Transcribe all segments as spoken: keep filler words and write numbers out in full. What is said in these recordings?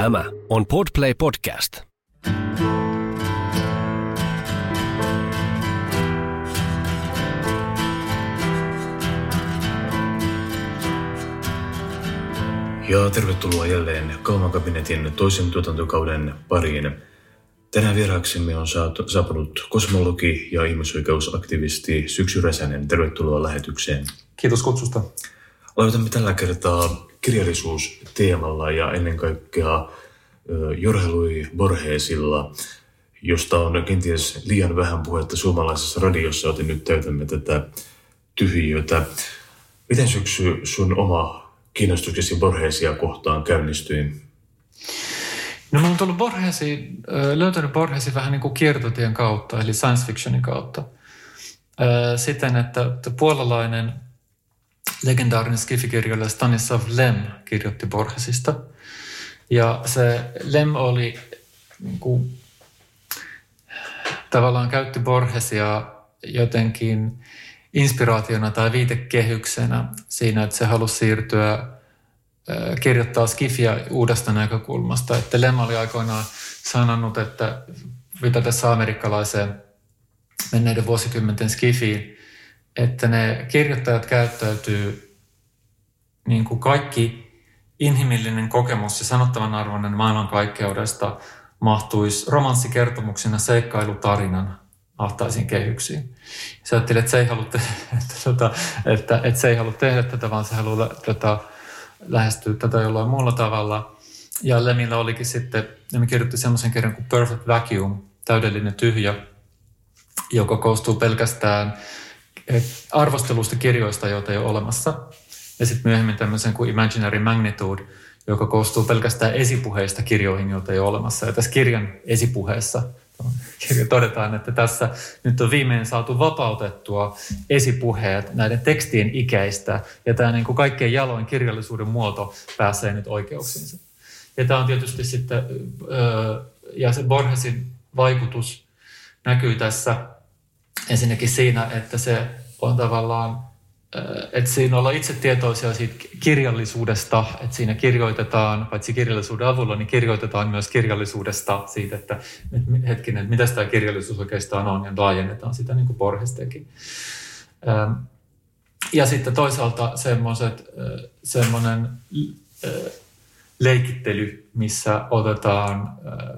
Tämä on Podplay Podcast. Ja tervetuloa jälleen Kauman kabinetin toisen tuotantokauden pariin. Tänään vieraaksemme on saatu, saapunut kosmologi ja ihmisoikeusaktivisti Syksy Räsänen. Tervetuloa lähetykseen. Kiitos kutsusta. Aloitamme tällä kertaa kirjallisuusteemalla ja ennen kaikkea Jorge Luis Borgesilla, josta on kenties liian vähän puhetta suomalaisessa radiossa, joten nyt täytämme tätä tyhjiötä. Miten Syksy sun oma kiinnostuksesi Borgesia kohtaan käynnistyi? No mä oon tullut Borgesiin, löytänyt Borgesin vähän niin kuin kiertotien kautta, eli science fictionin kautta. Siten, että puolalainen legendaarinen skifikirjailija Stanislav Lem kirjoitti Borgesista. Ja se Lem oli niin kuin, tavallaan käytti Borgesia jotenkin inspiraationa tai viitekehyksenä siinä, että se halusi siirtyä kirjoittaa skifiä uudesta näkökulmasta. Että Lem oli aikoinaan sanonut, että viitatessa amerikkalaiseen menneiden vuosikymmenten skifiin, että ne kirjoittajat käyttäytyy niin kuin kaikki inhimillinen kokemus ja sanottavan arvoinen maailmankaikkeudesta mahtuisi romanssikertomuksena seikkailutarinan ahtaisiin kehyksiin. Se ajatteli, että se ei halua, te- että, että, että se ei halua tehdä tätä, vaan se haluaa tätä, lähestyä tätä jollain muulla tavalla. Ja Lemillä olikin sitten, Lem kirjoitti semmoisen kirjan kuin Perfect Vacuum, täydellinen tyhjä, joka koostuu pelkästään arvostelusta kirjoista, joita ei ole olemassa. Ja sitten myöhemmin tämmöisen kuin Imaginary Magnitude, joka koostuu pelkästään esipuheista kirjoihin, joita ei ole olemassa. Ja tässä kirjan esipuheessa kirja todetaan, että tässä nyt on viimein saatu vapautettua esipuheet näiden tekstien ikäistä. Ja tämä niin kuin kaikkein jaloin kirjallisuuden muoto pääsee nyt oikeuksiinsa. Ja tämä on tietysti sitten, ja se Borgesin vaikutus näkyy tässä ensinnäkin siinä, että se on tavallaan, että siinä ollaan itse tietoisia siitä kirjallisuudesta, että siinä kirjoitetaan, paitsi kirjallisuuden avulla, niin kirjoitetaan myös kirjallisuudesta siitä, että hetkinen, mitä tämä kirjallisuus oikeastaan on, ja laajennetaan sitä niin kuin Borges teki. Ja sitten toisaalta semmoiset, semmoinen leikittely, missä otetaan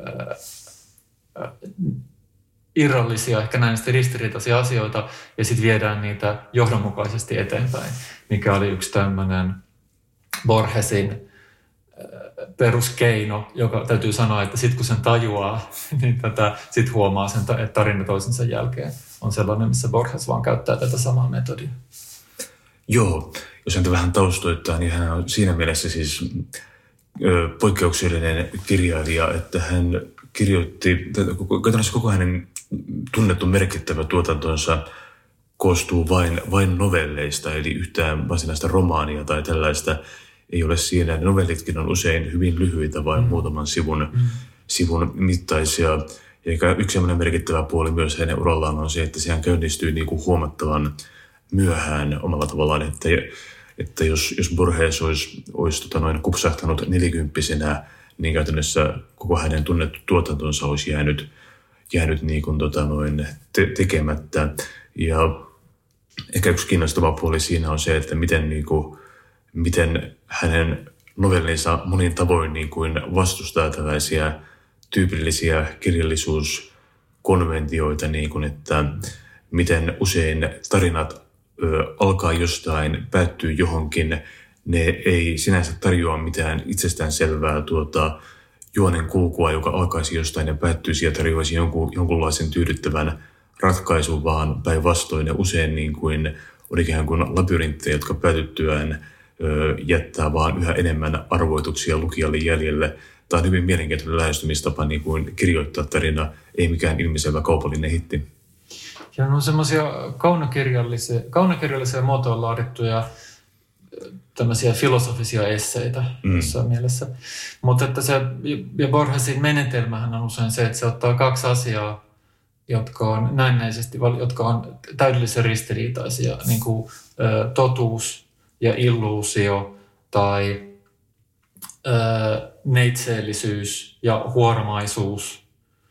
irrallisia, ehkä näin ristiriitaisia asioita, ja sitten viedään niitä johdonmukaisesti eteenpäin, mikä oli yksi tämmöinen Borgesin peruskeino, joka täytyy sanoa, että sitten kun sen tajuaa, niin tätä sitten huomaa sen, että tarina toisensa jälkeen on sellainen, missä Borges vaan käyttää tätä samaa metodia. Joo, jos häntä vähän taustoittaa, niin hän on siinä mielessä siis ö, poikkeuksellinen kirjailija, että hän kirjoitti, katsotaan koko hänen tunnettu merkittävä tuotantonsa koostuu vain, vain novelleista, eli yhtään varsinaista romaania tai tällaista ei ole siinä. Novellitkin on usein hyvin lyhyitä, vain mm. muutaman sivun, mm. sivun mittaisia. Ja yksi sellainen merkittävä puoli myös hänen urallaan on se, että sehän käynnistyy niin kuin huomattavan myöhään omalla tavallaan, että, että jos, jos Borges olisi, olisi tota noin kupsahtanut nelikymppisenä, niin käytännössä koko hänen tunnettu tuotantonsa olisi jäänyt, jäänyt niin kuin tota noin te- tekemättä. Ja ehkä yksi kiinnostava puoli siinä on se, että miten, niin kuin, miten hänen novellinsa monin tavoin niin kuin vastustaa tällaisia tyypillisiä kirjallisuuskonventioita, niin kuin, että miten usein tarinat ö, alkaa jostain, päättyy johonkin. Ne ei sinänsä tarjoa mitään itsestäänselvää tuota, juonen kulkua, joka alkaisi jostain ja päättyisi ja tarjoaisi jonkun, jonkunlaisen tyydyttävän ratkaisun, vaan päinvastoin. Ja usein niin kuin, on ikään kuin labyrinttejä, jotka päätyttyään ö, jättää vaan yhä enemmän arvoituksia lukijalle jäljelle. Tämä on hyvin mielenkiintoinen lähestymistapa niin kuin kirjoittaa tarina, ei mikään ilmiselvä kaupallinen hitti. Ja on semmoisia kaunokirjallisia, kaunokirjallisia muotoon laadittuja tämmöisiä filosofisia esseitä mm. jossain mielessä. Mutta että se, ja Borgesin menetelmähän on usein se, että se ottaa kaksi asiaa, jotka on näennäisesti, jotka on täydellisen ristiriitaisia, niin kuin totuus ja illuusio tai neitseellisyys ja huoromaisuus.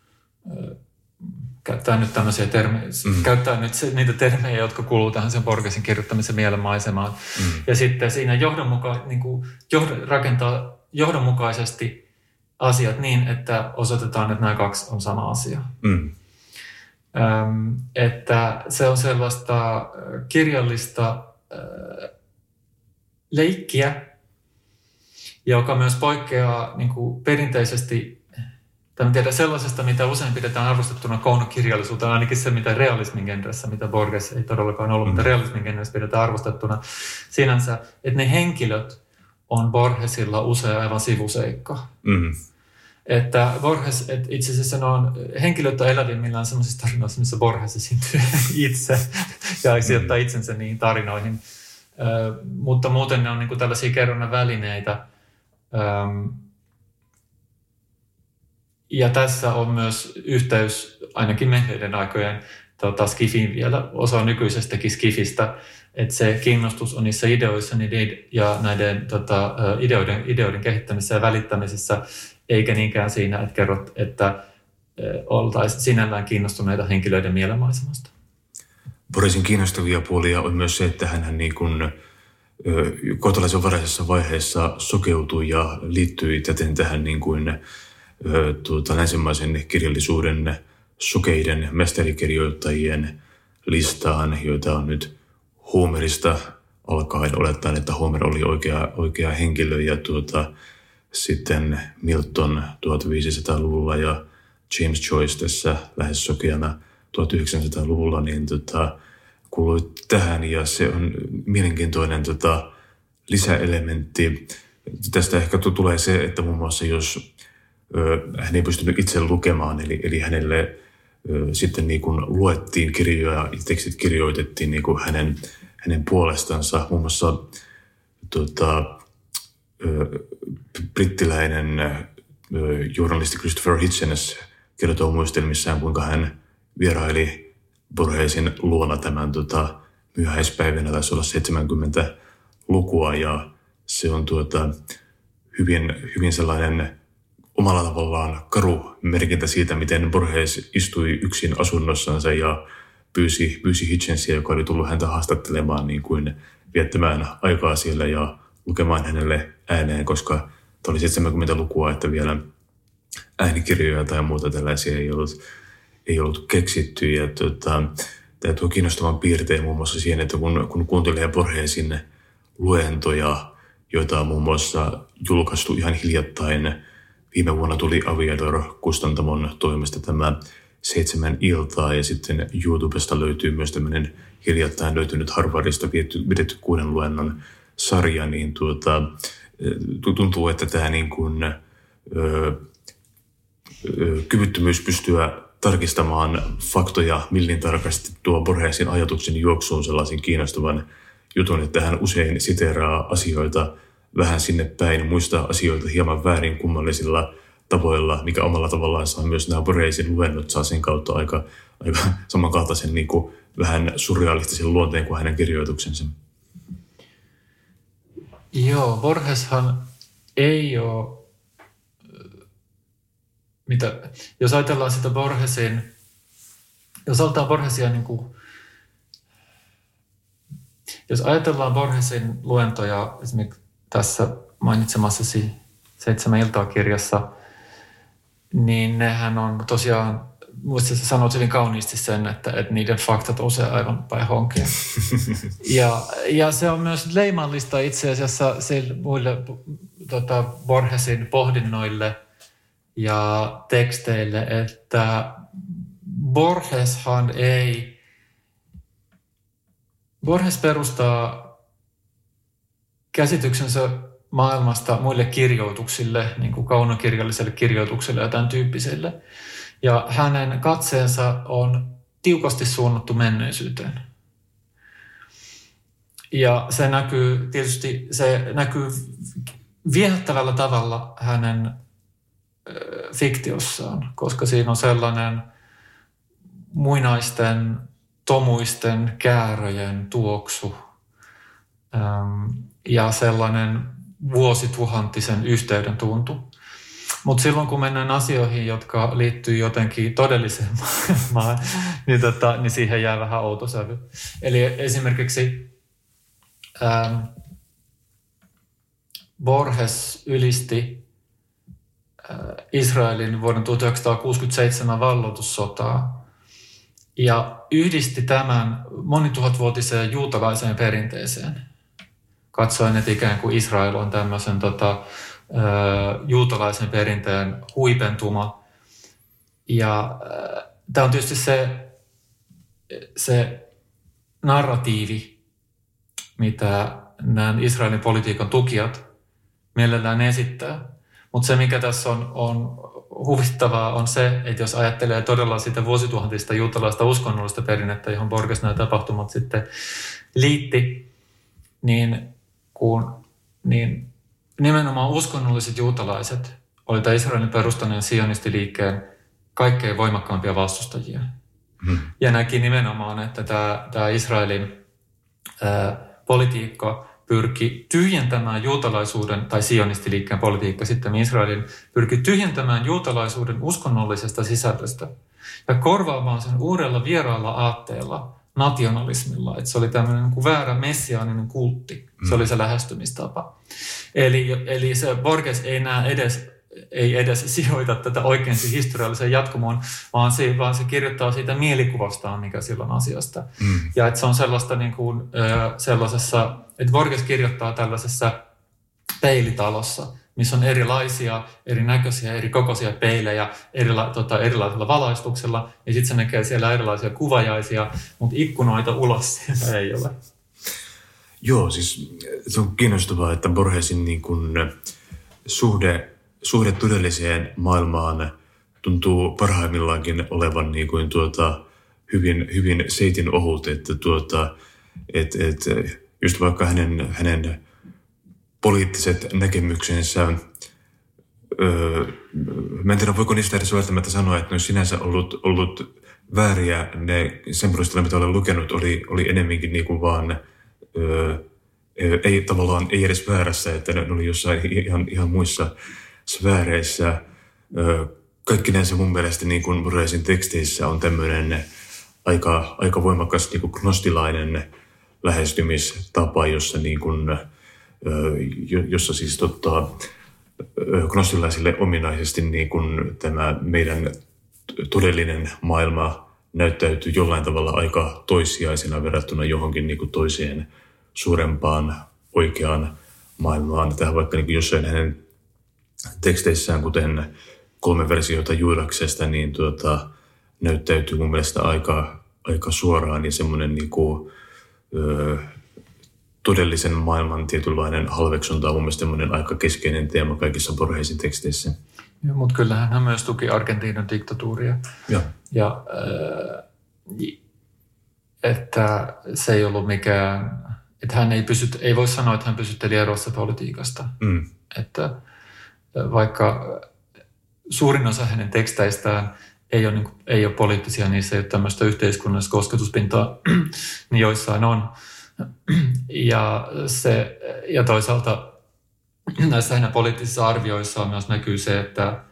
Käyttää nyt tämmöisiä termejä, mm. käyttää nyt se, niitä termejä, jotka kuuluu tähän sen Borgesin kirjoittamisen mielenmaisemaan. Mm. Ja sitten siinä johdonmuka, niin kuin, johd, rakentaa johdonmukaisesti asiat niin, että osoitetaan, että nämä kaksi on sama asia. Mm. Öm, että se on sellaista kirjallista äh, leikkiä, joka myös poikkeaa niin kuin perinteisesti tai tiedä, sellaisesta, mitä usein pidetään arvostettuna kaunokirjallisuutena, ainakin se, mitä realismin genressä, mitä Borges ei todellakaan ollut, mm. mutta realismin genressä pidetään arvostettuna sinänsä, että ne henkilöt on Borgesilla usein aivan sivuseikka. Mm. Että Borges, että itse asiassa ne on, henkilöt on elävimmillään sellaisissa tarinoissa, missä Borges esiintyy itse ja sijoittaa itsensä niihin tarinoihin. Ö, mutta muuten ne on niin kuin tällaisia kerronnan välineitä. Ö, Ja tässä on myös yhteys ainakin menneiden aikojen tota, skifiin vielä, osa nykyisestäkin skifistä, että se kiinnostus on niissä ideoissa niiden, ja näiden tota, ideoiden, ideoiden kehittämisessä ja välittämisessä, eikä niinkään siinä, että kerrot, että oltaisiin sinällään kiinnostuneita henkilöiden mielenmaisemasta. Borgesin kiinnostavia puolia on myös se, että hän niin kuin kohtalaisen varaisessa vaiheessa sokeutui ja liittyi täten tähän niin kuin Tuota, länsimaisen kirjallisuuden sokeiden mestarikirjoittajien listaan, joita on nyt Homerista alkaen. Olettaen, että Homer oli oikea, oikea henkilö ja tuota, sitten Milton viisitoistasataa-luvulla ja James Joyce tässä lähes sokeana tuhatyhdeksänsataaluvulla niin tota, kuului tähän ja se on mielenkiintoinen tota, lisäelementti. Tästä ehkä tulee se, että muun muassa jos hän ei pystynyt itse lukemaan, eli, eli hänelle ö, sitten niin kuin luettiin kirjoja ja tekstit kirjoitettiin niin kuin hänen, hänen puolestansa. Muun muassa tota, ö, brittiläinen ö, journalisti Christopher Hitchens kertoo muistelmissaan, kuinka hän vieraili Borgesin luona tämän tota, myöhäispäivänä, taisi olla seitsemänkymmentälukua, ja se on tuota, hyvin, hyvin sellainen omalla tavallaan karu merkintä siitä, miten Borges istui yksin asunnossansa ja pyysi, pyysi Hitchensia, joka oli tullut häntä haastattelemaan, niin kuin viettämään aikaa siellä ja lukemaan hänelle ääneen, koska tämä oli seitsemänkymmentälukua, että vielä äänikirjoja tai muuta tällaisia ei ollut, ei ollut keksitty. Ja tuota, tämä tuo kiinnostavan piirteen muun muassa siihen, että kun, kun kuuntelee Borgesin luentoja, joita on muun muassa julkaistu ihan hiljattain. Viime vuonna tuli Aviator-kustantamon toimesta tämä seitsemän iltaa ja sitten YouTubesta löytyy myös tämmöinen hiljattain löytynyt Harvardista pidetty kuuden luennon sarja, niin tuota, tuntuu, että tämä niin kuin, ö, ö, kyvyttömyys pystyä tarkistamaan faktoja millin tarkasti tuo Borgesin ajatuksen juoksuun sellaisen kiinnostavan jutun, että hän usein siteeraa asioita vähän sinne päin, muistaa asioita hieman väärin kummallisilla tavoilla, mikä omalla tavallaan saa myös nämä Borgesin luennot saa sen kautta aika, aika samankaltaisen niin kuin vähän surrealistisen luonteen kuin hänen kirjoituksensa. Joo, Borgeshan ei ole, mitä, jos ajatellaan sitä Borgesin, jos aletaan Borgesia niin kuin, jos ajatellaan Borgesin luentoja esimerkiksi tässä mainitsemassasi Seitsemän iltaa -kirjassa, niin nehän on tosiaan, muista sä sanoit hyvin kauniisti sen, että, että niiden faktat on usein aivan päin honkia. Ja, ja se on myös leimallista itse asiassa sille, muille tota, Borgesin pohdinnoille ja teksteille, että Borgeshan ei, Borges perustaa käsityksensä maailmasta muille kirjoituksille, niin kuin kaunokirjalliselle kirjoitukselle ja tämän tyyppiselle. Ja hänen katseensa on tiukasti suunnattu menneisyyteen. Ja se näkyy tietysti, se näkyy viehättävällä tavalla hänen äh, fiktiossaan, koska siinä on sellainen muinaisten, tomuisten kääröjen tuoksu ähm, ja sellainen vuosituhantisen yhteyden tuntu. Mutta silloin kun mennään asioihin, jotka liittyy jotenkin todelliseen maailmaan, niin, tota, niin siihen jää vähän outo sävy. Eli esimerkiksi ähm, Borges ylisti äh, Israelin vuoden tuhatyhdeksänsataakuusikymmentäseitsemän valloitussotaa ja yhdisti tämän monituhatvuotiseen juutalaiseen perinteeseen. Katsoen, että ikään kuin Israel on tämmöisen tota, juutalaisen perinteen huipentuma. Ja äh, tämä on tietysti se, se narratiivi, mitä nämä Israelin politiikan tukijat mielellään esittää. Mutta se, mikä tässä on, on huvittavaa, on se, että jos ajattelee todella sitä vuosituhantista juutalaista uskonnollista perinnettä, johon Borges nämä tapahtumat sitten liitti, niin, kun, niin nimenomaan uskonnolliset juutalaiset oli tämän Israelin perustaneen sionistiliikkeen kaikkein voimakkaampia vastustajia. Hmm. Ja näki nimenomaan, että tämä, tämä Israelin ää, politiikka pyrki tyhjentämään juutalaisuuden, tai sionistiliikkeen politiikka sitten Israelin pyrki tyhjentämään juutalaisuuden uskonnollisesta sisällöstä ja korvaamaan sen uudella vieraalla aatteella, nationalismilla. Että se oli tämmöinen niin kuin väärä messiaaninen kultti. Se oli se lähestymistapa. Eli, eli se Borges ei näe edes, ei edes sijoita tätä oikein historialliseen jatkumoon, vaan se, vaan se kirjoittaa siitä mielikuvastaan, mikä silloin asiasta. Mm. Ja että se on sellaista niin kuin, sellaisessa, että Borges kirjoittaa tällaisessa peilitalossa, missä on erilaisia, erinäköisiä, eri kokoisia peilejä erila, tota, erilaisilla valaistuksella. Ja sitten se näkee siellä erilaisia kuvajaisia, mutta ikkunoita ulos siellä ei ole. Joo, siis se on kiinnostavaa, että Borgesin niin kuin suhde, suhde todelliseen maailmaan tuntuu parhaimmillaankin olevan niin kuin tuota, hyvin, hyvin seitin ohut, että tuota, et, et, just vaikka hänen, hänen poliittiset näkemyksensä, öö, mä en tiedä, voiko niistä edes välttämättä sanoa, että ne olisi sinänsä ollut, ollut vääriä. Ne sen perusteella, mitä olen lukenut, oli, oli enemmänkin niin kuin vaan, öö, ei tavallaan ei edes väärässä, että ne oli jossain ihan, ihan muissa sfääreissä. Öö, kaikkinensa mun mielestä niin kuin Borgesin teksteissä on tämmöinen aika, aika voimakas niin kuin gnostilainen lähestymistapa, jossa niin kuin jossa siis tota, gnostilaisille ominaisesti niin kun tämä meidän todellinen maailma näyttäytyy jollain tavalla aika toissijaisena verrattuna johonkin niin kuin toiseen suurempaan oikeaan maailmaan. Tähän vaikka niin kuin jossain hänen teksteissään, kuten kolme versiota Juuraksesta, niin tuota, näyttäytyy mun mielestä aika, aika suoraan ja semmoinen niin kuin, öö, todellisen maailman tietynlainen halveksunta on mun mielestä aika keskeinen teema kaikissa Borgesin teksteissä. Mutta kyllähän hän myös tuki Argentiinan diktatuuria. Ja, ja äh, että se ei ollut mikään, että hän ei pysyt, ei voi sanoa, että hän pysytteli erossa politiikasta. Mm. Että vaikka suurin osa hänen teksteistään ei ole, niin kuin, ei ole poliittisia, niissä ei ole tämmöistä yhteiskunnallista kosketuspintaa, niin joissain on. Ja, se, ja toisaalta näissä hänen poliittisissa arvioissaan myös näkyy se, että,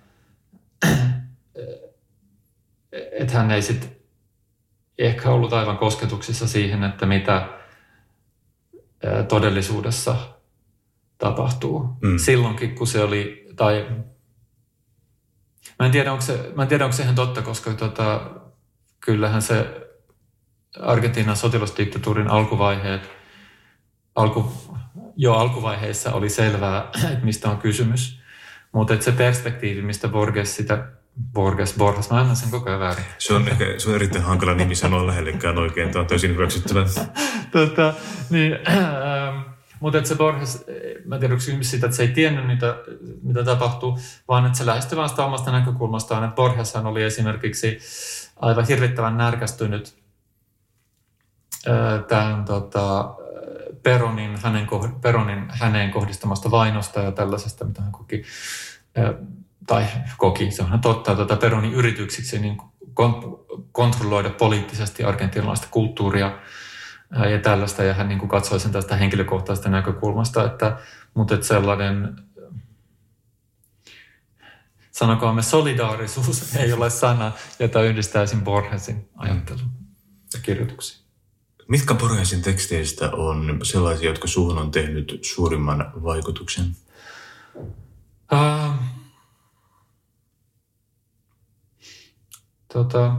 että hän ei sitten ehkä ollut aivan kosketuksissa siihen, että mitä todellisuudessa tapahtuu. Mm. Silloinkin, kun se oli, tai mä en tiedä, onko se, mä en tiedä, onko se ihan totta, koska tota, kyllähän se Argentiinan sotilasdiktatuurin alkuvaiheet, alku, jo alkuvaiheessa oli selvää, että mistä on kysymys. Mutta se perspektiivi, mistä Borges sitä, Borges, Borges, mä annan sen koko ajan väärin. Se on, ehkä, se on erittäin hankala nimi sanoa lähellekään oikein, tämä on täysin hyväksyttävä. tota, niin, ähm, mutta se Borges, mä en tiedä, onko kysymys siitä, että se ei tiennyt, mitä, mitä tapahtuu, vaan että se lähestyi vaan sitä omasta näkökulmastaan, että Borgeshan oli esimerkiksi aivan hirvittävän närkästynyt tämän tota, Peronin, hänen, Peronin häneen kohdistamasta vainosta ja tällaisesta, mitä hän koki, tai koki, se on totta, tuota Peronin yrityksiksi niin kontrolloida poliittisesti argentinalaista kulttuuria ja tällaista, ja hän niin kuin katsoi sen tästä henkilökohtaisesta näkökulmasta, että, mutta että sellainen, sanokaamme solidaarisuus ei ole sana, jota yhdistäisin Borgesin ajatteluun ja kirjoituksiin. Mitkä Borgesin teksteistä on sellaisia, jotka suhun on tehnyt suurimman vaikutuksen? Uh, tota,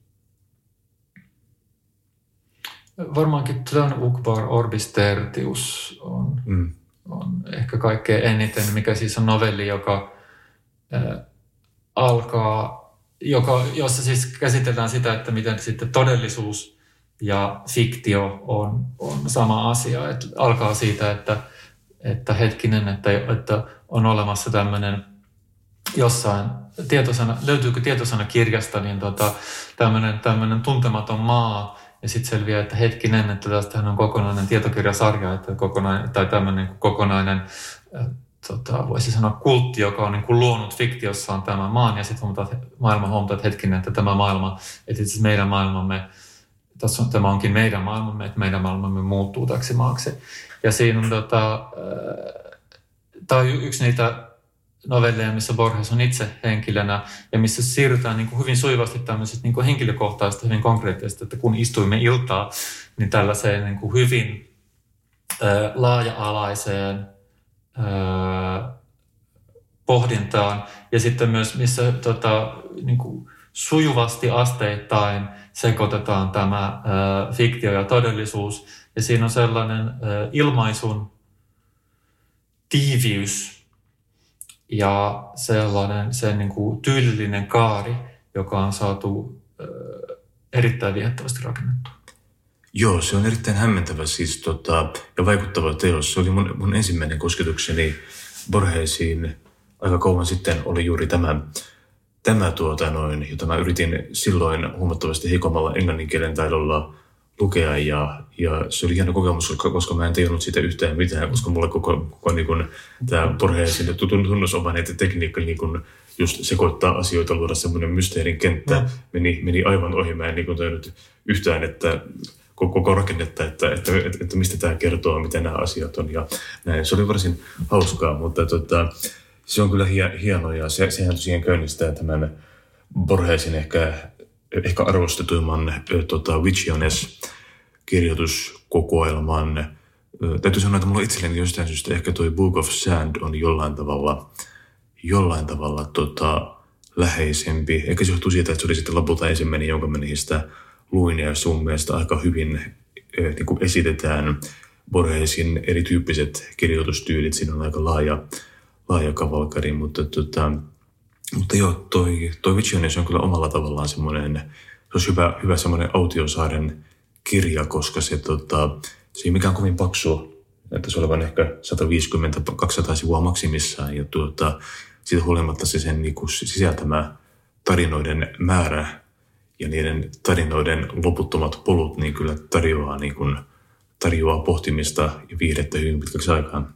varmaankin Tlön Ukbar Orbis Tertius on, mm. on ehkä kaikkein eniten, mikä siis on novelli, joka äh, alkaa, joka, jossa siis käsitellään sitä, että miten sitten todellisuus ja fiktio on, on sama asia. Et alkaa siitä, että, että hetkinen, että, että on olemassa tämmöinen jossain tietosana, löytyykö tietosanakirjasta niin tota, tämmöinen, tämmöinen tuntematon maa, ja sitten selviää, että hetkinen, että tästähän on kokonainen tietokirjasarja, että kokonainen, tai tämmöinen kokonainen, äh, tota, voisi sanoa kultti, joka on niin kuin luonut fiktiossaan tämän maan, ja sitten maailma huomataan, että hetkinen, että tämä maailma, että siis meidän maailmamme, tässä on, tämä onkin meidän maailmamme, että meidän maailmamme muuttuu täksi maaksi. Ja siinä on, tota, äh, tämä on yksi niitä novelleja, missä Borges on itse henkilönä ja missä siirrytään niin kuin hyvin sujuvasti tämmöisestä niin kuin henkilökohtaisesta, hyvin konkreettisesti, että kun istuimme iltaa, niin tällaiseen niin kuin hyvin ää, laaja-alaiseen ää, pohdintaan ja sitten myös missä tota, niin kuin sujuvasti asteittain sekoitetaan tämä ää, fiktio ja todellisuus ja siinä on sellainen ää, ilmaisun tiiviys ja sellainen sen niin kuin tyylillinen kaari, joka on saatu äh, erittäin viehättävästi rakennettua. Joo, se on erittäin hämmentävä siis, tota, ja vaikuttava teos. Se oli mun, mun ensimmäinen kosketukseni Borgesiin aika kauan sitten oli juuri tämä, tämä tuota noin, jota mä yritin silloin huomattavasti heikommalla englannin kielen taidolla lukea ja, ja se oli hieno kokemus, koska mä en tajunnut siitä yhtään mitään, koska mulle koko, koko niin kun, tämä Borgesin tunnusomainen tekniikka niin kun just sekoittaa asioita, luoda semmoinen mysteerin kenttä, mm. meni, meni aivan ohi. Mä en niin kun tajunnut yhtään, että koko rakennetta, että, että, että, että mistä tämä kertoo, mitä nämä asiat on ja näin. Se oli varsin hauskaa, mutta tota, se on kyllä hienoa ja se, sehän tosiaan käynnistää tämän Borgesin ehkä ehkä arvostetuimman tota, Visiones-kirjoituskokoelman. Täytyy sanoa, että mulla itselleni jostain syystä ehkä toi Book of Sand on jollain tavalla, jollain tavalla tota, läheisempi. Ehkä se johtuu siitä, että se oli sitten lopulta ensimmäinen, jonka mä niistä luin ja sun mielestä aika hyvin eh, niin kuin esitetään Borgesin erityyppiset kirjoitustyylit. Siinä on aika laaja, laaja kavalkari, mutta tota, Mutta joo, toi, toi Visiones on kyllä omalla tavallaan semmoinen, se olisi hyvä, hyvä semmoinen Autiosaaren kirja, koska se, tota, se ei mikään kovin paksu, että se olevan ehkä sata viisikymmentä kaksisataa sivua maksimissaan. Ja tuota, siitä huolimatta se sen niin kuin sisältämä tarinoiden määrä ja niiden tarinoiden loputtomat polut niin kyllä tarjoaa, niin kuin, tarjoaa pohtimista ja viihdettä hyvin pitkäksi aikaan.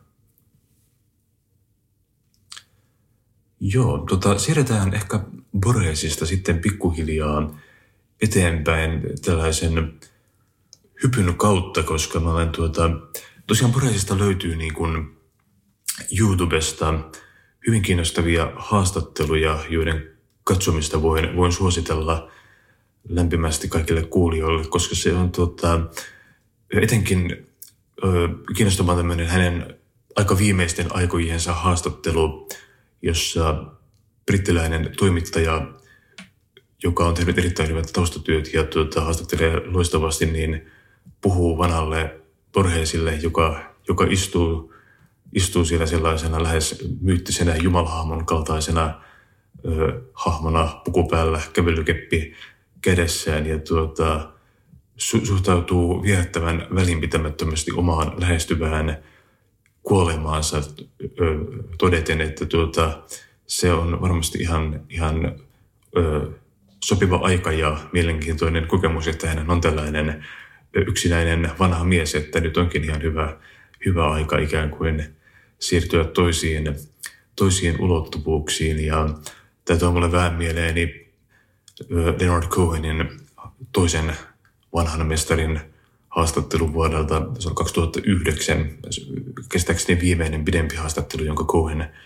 Joo, tota, siirretään ehkä Borgesista sitten pikkuhiljaa eteenpäin tällaisen hypyn kautta, koska mä olen tuota, tosiaan Borgesista löytyy niin kuin YouTubesta hyvin kiinnostavia haastatteluja, joiden katsomista voin, voin suositella lämpimästi kaikille kuulijoille, koska se on tuota, etenkin ö, kiinnostava tämmöinen hänen aika viimeisten aikojensa haastattelu, jossa brittiläinen toimittaja, joka on tehnyt erittäin hyvät taustatyöt ja tuota, haastattelee loistavasti, niin puhuu vanhalle Borgesille, joka, joka istuu, istuu siellä sellaisena lähes myyttisenä jumalahahmon kaltaisena ö, hahmona puku päällä, kävelykeppi kädessään ja tuota, su- suhtautuu viehättävän välinpitämättömästi omaan lähestyvään kuolemaansa ö, todeten, että tuota, se on varmasti ihan, ihan ö, sopiva aika ja mielenkiintoinen kokemus, että hän on tällainen yksinäinen vanha mies, että nyt onkin ihan hyvä, hyvä aika ikään kuin siirtyä toisiin, toisiin ulottuvuuksiin. Ja tämä tuo mulle vähän mieleeni Leonard Cohenin toisen vanhan mestarin haastattelu vuodelta, se on kaksituhattayhdeksän, kestääkseni viimeinen pidempi haastattelu, jonka Cohen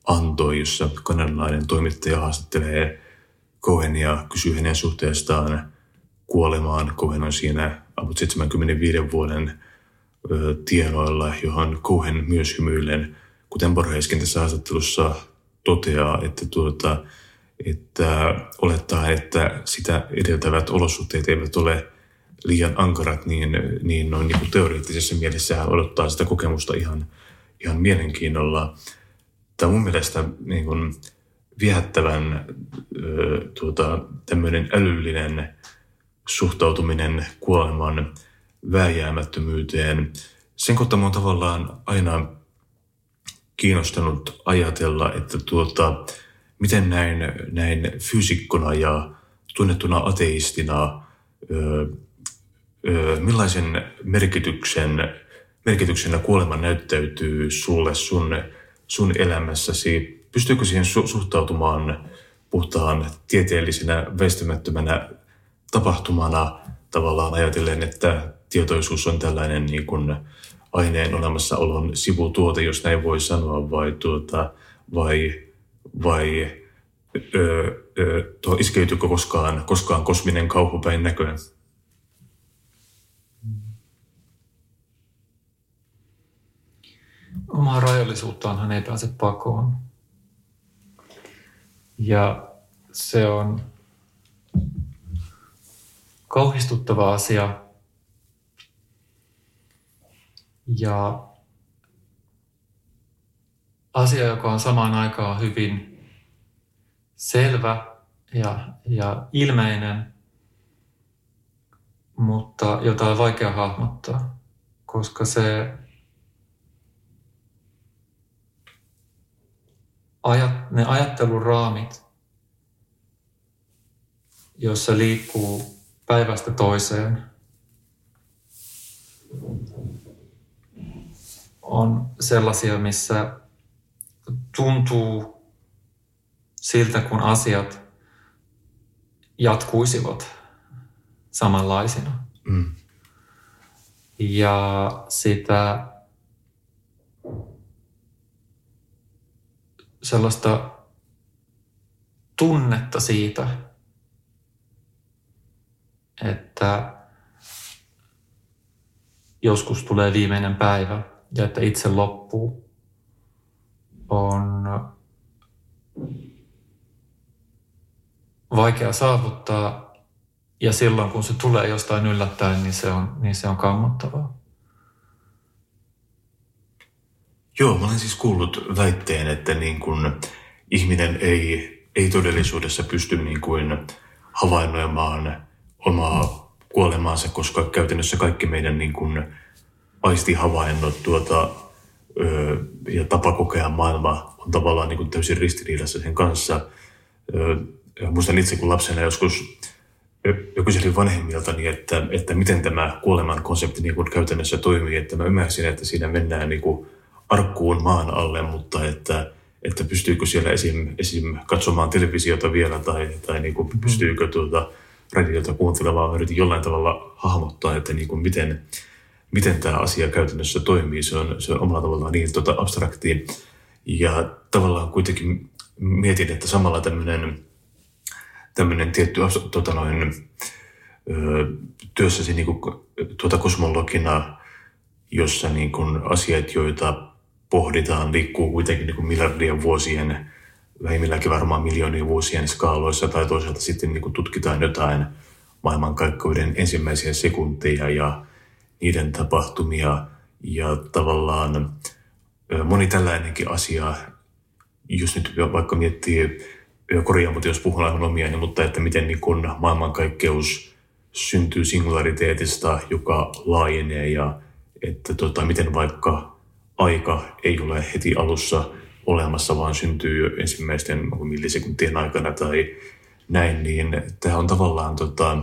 antoi, jossa kanadalainen toimittaja haastattelee Cohenia, kysyy hänen suhteestaan kuolemaan. Cohen on siinä about seitsemänkymmentäviisi vuoden ö, tienoilla, johon Cohen myös hymyillen, kuten Borgeskin tässä haastattelussa toteaa, että, tuota, että olettaa, että sitä edeltävät olosuhteet eivät ole liian ankarat, niin, niin noin niin kuin teoreettisessa mielessä hän odottaa sitä kokemusta ihan, ihan mielenkiinnolla. Tämä on mun mielestä niin kuin viehättävän ö, tuota, tämmöinen älyllinen suhtautuminen kuoleman vääjäämättömyyteen. Sen kautta on tavallaan aina kiinnostanut ajatella, että tuota, miten näin, näin fyysikkona ja tunnettuna ateistina, ö, ö, millaisen merkityksen, merkityksenä kuolema näyttäytyy sulle sun, sun elämässäsi. Pystyykö siihen su- suhtautumaan puhtaan tieteellisenä, väistämättömänä tapahtumana tavallaan ajatellen, että tietoisuus on tällainen niin kuin aineen olemassaolon sivutuote, jos näin voi sanoa, vai, tuota, vai, vai ö, ö, tuo iskeytyykö koskaan, koskaan kosminen kauhu päin näköön? Omaa rajallisuuttaanhan ei pääse pakoon. Ja se on kauhistuttava asia. Ja asia, joka on samaan aikaan hyvin selvä ja, ja ilmeinen, mutta jota on vaikea hahmottaa, koska se ajat, ne ajattelun raamit, jossa liikkuu päivästä toiseen, on sellaisia, missä tuntuu siltä, kun asiat jatkuisivat samanlaisina. Mm. Ja sitä sellaista tunnetta siitä, että joskus tulee viimeinen päivä ja että itse loppuu, on vaikea saavuttaa. Ja silloin, kun se tulee jostain yllättäen, niin se on, niin se on kammottavaa. Joo, mä olen siis kuullut väitteen, että niin kun ihminen ei, ei todellisuudessa pysty niin kuin havainnoimaan omaa kuolemaansa, koska käytännössä kaikki meidän niin kuin aistihavainnot tuota, ö, ja tapa kokea maailma on tavallaan niin kuin täysin ristiriidassa sen kanssa. Ö, muistan itse, kun lapsena joskus kyselin vanhemmiltani, että, että miten tämä kuoleman konsepti niin kuin käytännössä toimii, että mä ymmärsin, että siinä mennään niin kuin arkkuun maan alle, mutta että, että pystyykö siellä esim, esim. Katsomaan televisiota vielä tai, tai niin kuin pystyykö tuota radiota kuuntelemaan. Mä yritin jollain tavalla hahmottaa, että niin kuin miten, miten tämä asia käytännössä toimii. Se on, se on omalla tavallaan niin tota abstrakti. Ja tavallaan kuitenkin mietin, että samalla tämmöinen tämmöinen tietty tota noin, ö, työssäsi niin kuin, tuota kosmologina, jossa niin kuin asiat, joita pohditaan, liikkuu kuitenkin niin kuin miljardien vuosien, vähimmilläänkin varmaan miljoonien vuosien skaaloissa, tai toisaalta sitten niin kuin tutkitaan jotain maailmankaikkeuden ensimmäisiä sekunteja ja niiden tapahtumia. Ja tavallaan moni tällainenkin asia, jos nyt vaikka miettii, korjaa, mutta jos puhun aivan omiani, mutta että miten niin kun maailmankaikkeus syntyy singulariteetista, joka laajenee, ja että tota, miten vaikka aika ei ole heti alussa olemassa, vaan syntyy ensimmäisten millisekuntien aikana tai näin, niin tämä on tavallaan tota,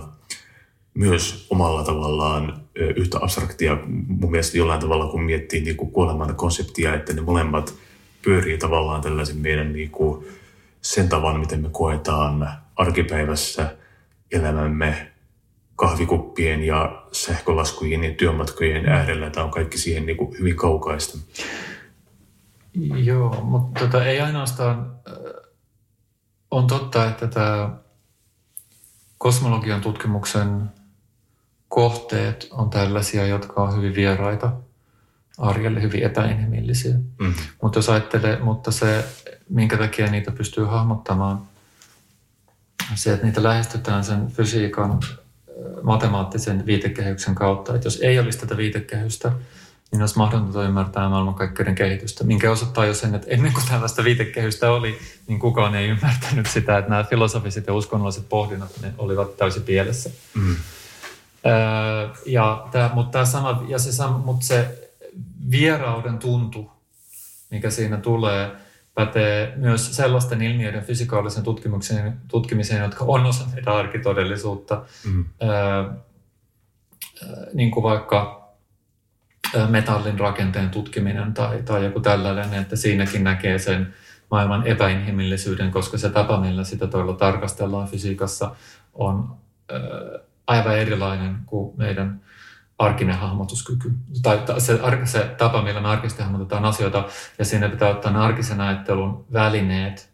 myös omalla tavallaan yhtä abstraktia mun mielestä jollain tavalla, kun miettii niin kuin kuoleman konseptia, että ne molemmat pyörii tavallaan tällaisen meidän niin kuin sen tavan, miten me koetaan arkipäivässä elämämme kahvikuppien ja sähkölaskujen ja työmatkojen äärellä. Tämä on kaikki siihen niin kuin hyvin kaukaista. Joo, mutta tota, ei ainoastaan, äh, on totta, että tämä kosmologian tutkimuksen kohteet on tällaisia, jotka on hyvin vieraita arjelle, hyvin epäinhimillisiä. Mm. Mutta jos ajattelee, mutta se, minkä takia niitä pystyy hahmottamaan, se, että niitä lähestytään sen fysiikan matemaattisen viitekehyksen kautta. Että jos ei olisi tätä viitekehystä, niin olisi mahdotonta ymmärtää maailmankaikkeuden kehitystä, minkä osoittaa jo sen, että ennen kuin tällaista viitekehystä oli, niin kukaan ei ymmärtänyt sitä, että nämä filosofiset ja uskonnolliset pohdinnat ne olivat täysin pielessä. Mm. Öö, ja tämä, mutta, tämä sama, ja se, mutta se vierauden tuntu, mikä siinä tulee, pätee myös sellaisten ilmiöiden fysikaalisen tutkimuksen, tutkimiseen, jotka on osa meidän arkitodellisuutta, mm. öö, niin kuin vaikka metallin rakenteen tutkiminen tai, tai joku tällainen, että siinäkin näkee sen maailman epäinhimillisyyden, koska se tapa, millä sitä toilla tarkastellaan fysiikassa, on öö, aivan erilainen kuin meidän arkinen hahmotuskyky. Tai se, se tapa, millä me arkisesti hahmotetaan asioita, ja siinä pitää ottaa ne arkisen ajattelun välineet,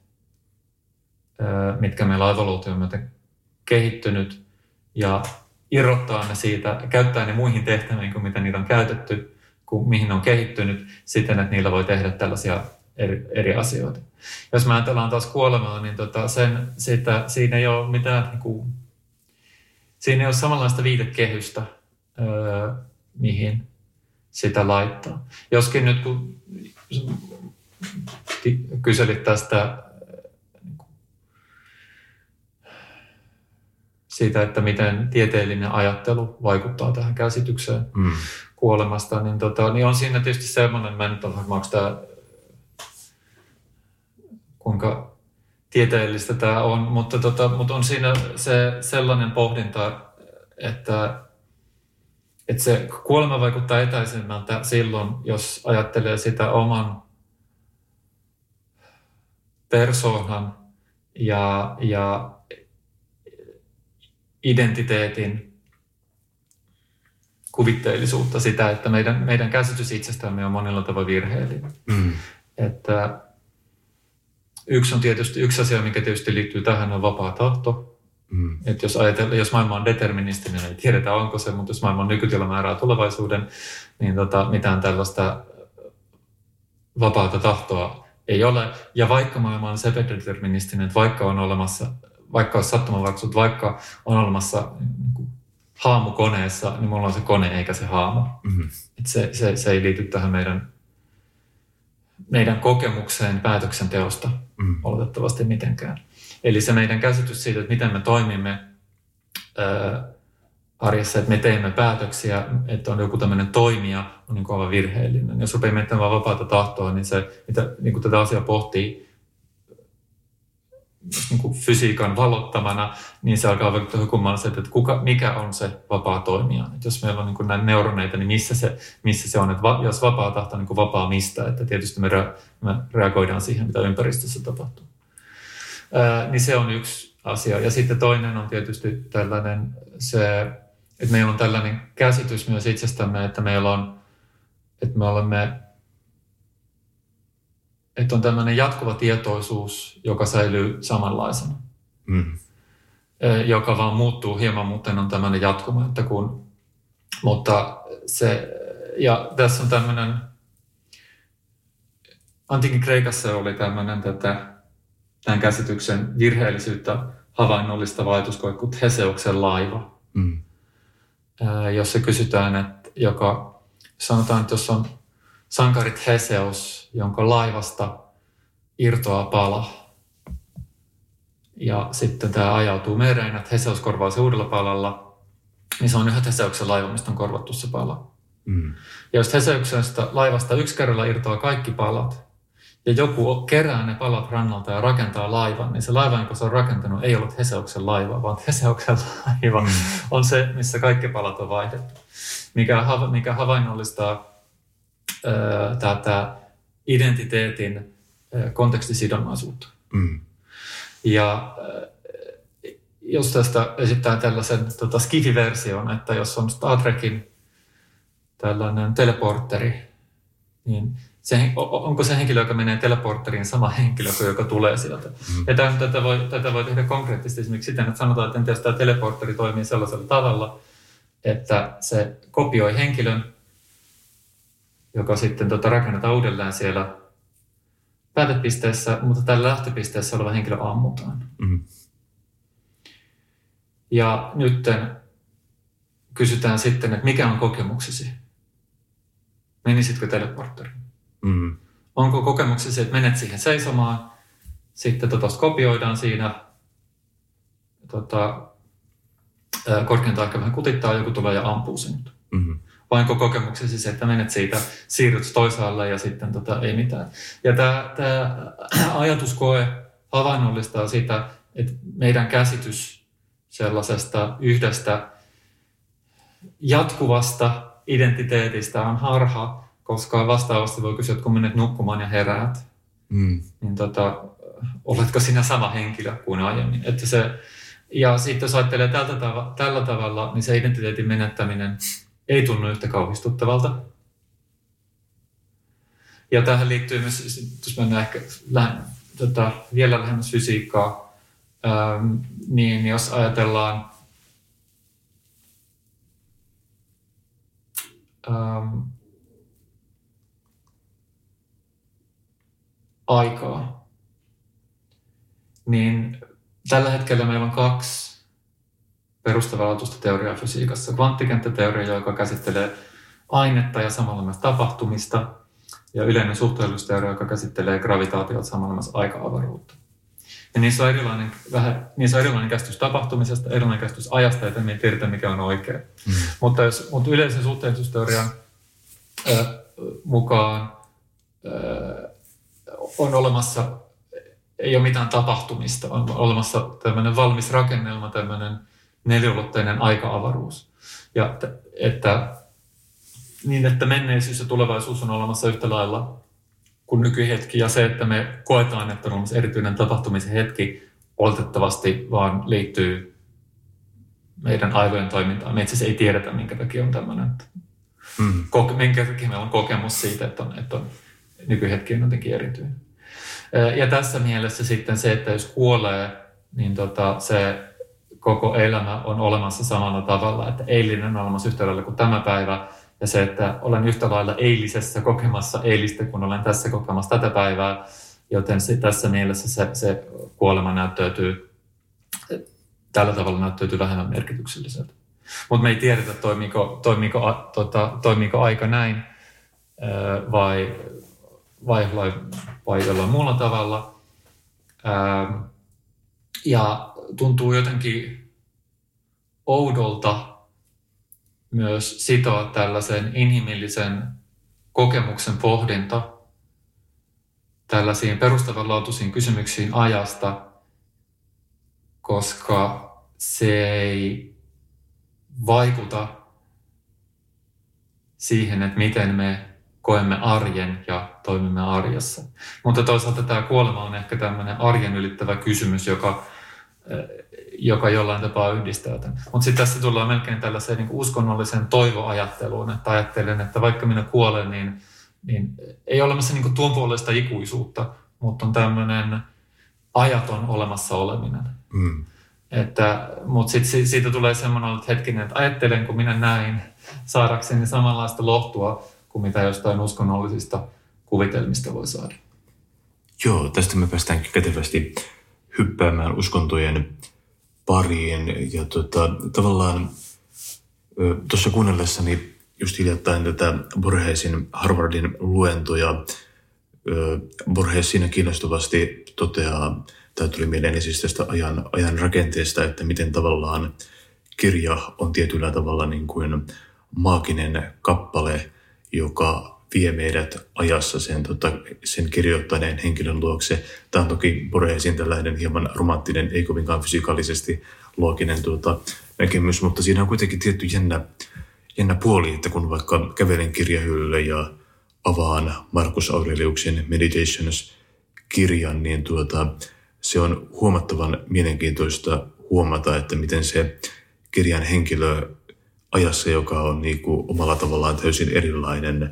mitkä meillä on evoluution myöten kehittynyt, ja irrottaa ne siitä, käyttää ne muihin tehtäviin kuin mitä niitä on käytetty, kuin mihin ne on kehittynyt, siten, että niillä voi tehdä tällaisia eri, eri asioita. Jos me ajatellaan taas kuolemaa, niin tota sen, siitä, siinä ei ole mitään, niin kuin, siinä ei ole samanlaista viitekehystä, öö, mihin sitä laittaa. Joskin nyt kun kyselit tästä siitä, että miten tieteellinen ajattelu vaikuttaa tähän käsitykseen mm. kuolemasta, niin, tota, niin on siinä tietysti semmoinen, mä en nyt ole varmaan, tämä, kuinka tieteellistä tämä on, mutta, tota, mutta on siinä se sellainen pohdinta, että, että se kuolema vaikuttaa etäisemmältä silloin, jos ajattelee sitä oman persoonan ja, ja identiteetin kuvitteellisuutta, sitä, että meidän, meidän käsitys itsestämme on monella tavalla virheellinen. Mm. Että yksi on tietysti, yksi asia, mikä tietysti liittyy tähän, on vapaa tahto. Mm. Että jos ajatellaan, jos maailma on deterministinen, ei tiedetä onko se, mutta jos maailman nykytila määrää tulevaisuuden, niin tota, mitään tällaista vapaata tahtoa ei ole. Ja vaikka maailma on sepedeterministinen, että vaikka on olemassa vaikka olisi sattumanvaraisuus, vaikka on olemassa niin haamu koneessa, niin mulla on se kone eikä se haamu. Mm-hmm. Et se, se, se ei liity tähän meidän, meidän kokemukseen päätöksenteosta mm-hmm. oletettavasti mitenkään. Eli se meidän käsitys siitä, että miten me toimimme ää, arjessa, että me teemme päätöksiä, että on joku tämmöinen toimija, on niin aivan virheellinen. Jos rupeaa miettimään vapaata tahtoa, niin se, mitä, niin kuin tätä asiaa pohtii, niin kuin fysiikan valottamana, niin se alkaa vaikuttaa hukumaan, että kuka, mikä on se vapaa toimija. Että jos meillä on niin kuin näin neuroneita, niin missä se, missä se on? Että va, jos vapaa tahto on niin kuin vapaa mistä, että tietysti me, rea, me reagoidaan siihen, mitä ympäristössä tapahtuu. Ää, niin se on yksi asia. Ja sitten toinen on tietysti tällainen, se, että meillä on tällainen käsitys myös itsestämme, että meillä on, että me olemme että on tämmöinen jatkuva tietoisuus, joka säilyy samanlaisena, mm. joka vaan muuttuu hieman, mutta on tämmöinen jatkuma. Että kun, mutta se, ja tässä on tämmöinen, antiikin Kreikassa oli tämmöinen tätä, tämän käsityksen virheellisyyttä havainnollistava ajatuskoe kuin Theseuksen laiva, mm. jossa kysytään, että joka, sanotaan, että jos on sankari Theseus, jonka laivasta irtoaa pala. Ja sitten tämä ajautuu mereen, että Theseus korvaa se uudella palalla, niin se on yhä Theseuksen laiva, mistä on korvattu se pala. Mm. Ja jos Theseuksesta laivasta yksi kerralla irtoaa kaikki palat, ja joku kerää ne palat rannalta ja rakentaa laivan, niin se laiva, jonka se on rakentanut, ei ole Theseuksen laiva, vaan Theseuksen laiva mm. on se, missä kaikki palat on vaihdettu. Mikä, mikä havainnollistaa tätä identiteetin kontekstisidonnaisuutta. Mm. Ja jos tästä esittää tällaisen tota, skifi-version, että jos on Star Trekin tällainen teleportteri, niin se, onko se henkilö, joka menee teleporteriin, sama henkilö kuin joka tulee sieltä. Mm. Ja tämän, tätä, voi, tätä voi tehdä konkreettisesti esimerkiksi siten, että sanotaan, että entäs tämä teleporteri toimii sellaisella tavalla, että se kopioi henkilön, joka sitten tota, rakennetaan uudelleen siellä päätepisteessä, mutta tällä lähtöpisteessä oleva henkilö ammutaan. Mm. Ja nyt kysytään sitten, että mikä on kokemuksesi? Menisitkö teleporteriin? Mm. Onko kokemuksesi, että menet siihen seisomaan, sitten tota, kopioidaan siinä, tota, korkeintaan ehkä vähän kutittaa, joku tulee ja ampuu sinut. Mm-hmm. Vai onko kokemuksesi se, että menet siitä, siirryt toisaalle ja sitten tota, ei mitään. Ja tämä ajatuskoe havainnollistaa sitä, että meidän käsitys sellaisesta yhdestä jatkuvasta identiteetistä on harha, koska vastaavasti voi kysyä, että kun menet nukkumaan ja heräät, mm. niin tota, oletko sinä sama henkilö kuin aiemmin. Että se, ja sitten jos ajattelee tältä tav- tällä tavalla, niin se identiteetin menettäminen ei tunnu yhtä kauhistuttavalta. Ja tähän liittyy myös, jos mennään ehkä lähe, tota, vielä lähemmäs fysiikkaa, ähm, niin jos ajatellaan ähm, aikaa, niin tällä hetkellä meillä on kaksi perustavanlaatuista teoriaa fysiikassa. Kvanttikenttäteoria, joka käsittelee ainetta ja samalla myös tapahtumista, ja yleinen suhteellisuusteoria, joka käsittelee gravitaatiota samalla myös aika-avaruutta. Ja niissä on erilainen, vähän, niissä on erilainen käsitys tapahtumisesta, erilainen käsitys ajasta, että me ei tiedetä, mikä on oikein. Mm. Mutta, jos, mutta yleisen suhteellisuusteorian äh, mukaan äh, on olemassa, ei ole mitään tapahtumista, on olemassa tämmöinen valmis rakennelma, tämmöinen neliulotteinen aika-avaruus. Ja että, niin, että menneisyys ja tulevaisuus on olemassa yhtä lailla kuin nykyhetki. Ja se, että me koetaan, että on olemassa erityinen tapahtumisen hetki, oletettavasti vaan liittyy meidän aivojen toimintaan. Me itse asiassa ei tiedetä, minkä takia on tämmöinen. Mm. Koke- minkä takia meillä on kokemus siitä, että, on, että on, nykyhetki on jotenkin erityinen. Ja tässä mielessä sitten se, että jos kuolee, niin tota, se koko elämä on olemassa samalla tavalla, että eilinen on olemassa yhtä lailla kuin tämä päivä, ja se, että olen yhtä lailla eilisessä kokemassa eilistä, kun olen tässä kokemassa tätä päivää, joten se, tässä mielessä se, se kuolema näyttäytyy, tällä tavalla näyttäytyy vähemmän merkitykselliseltä. Mutta me ei tiedetä, toimiiko, toimiiko, tota, toimiiko aika näin vai, vai, vai, vai jollain muulla tavalla. Ja tuntuu jotenkin oudolta myös sitoa tällaisen inhimillisen kokemuksen pohdinta tällaisiin perustavanlaatuisiin kysymyksiin ajasta, koska se ei vaikuta siihen, että miten me koemme arjen ja toimimme arjessa. Mutta toisaalta tämä kuolema on ehkä tämmöinen arjen ylittävä kysymys, joka joka jollain tapaa yhdistää tämän. Mutta sitten tässä tullaan melkein tällaiseen niin kuin uskonnolliseen toivoajatteluun, että ajattelen, että vaikka minä kuolen, niin, niin ei ole olemassa niin kuin tuon puolesta ikuisuutta, mutta on tämmöinen ajaton olemassa oleminen. Mm. Mutta sitten siitä tulee semmoinen että hetkinen, että ajattelen, kun minä näin, saadakseni samanlaista lohtua kuin mitä jostain uskonnollisista kuvitelmista voi saada. Joo, tästä me päästäänkin kätevästi hyppäämään uskontojen pariin. Ja tota, tavallaan tuossa kuunnellessani just hiljattain tätä Borgesin Harvardin luentoja, Borges siinä kiinnostavasti toteaa, tämä tuli mieleeni siis tästä ajan, ajan rakenteesta, että miten tavallaan kirja on tietyllä tavalla niin kuin maaginen kappale, joka vie meidät ajassa sen, tota, sen kirjoittaneen henkilön luokse. Tämä on toki Borgesin tällainen hieman romanttinen, ei kovinkaan fysikaalisesti looginen tuota, näkemys, mutta siinä on kuitenkin tietty jännä, jännä puoli, että kun vaikka kävelen kirjahyllylle ja avaan Marcus Aureliuksen Meditations-kirjan, niin tuota, se on huomattavan mielenkiintoista huomata, että miten se kirjan henkilö ajassa, joka on niin kuin omalla tavallaan täysin erilainen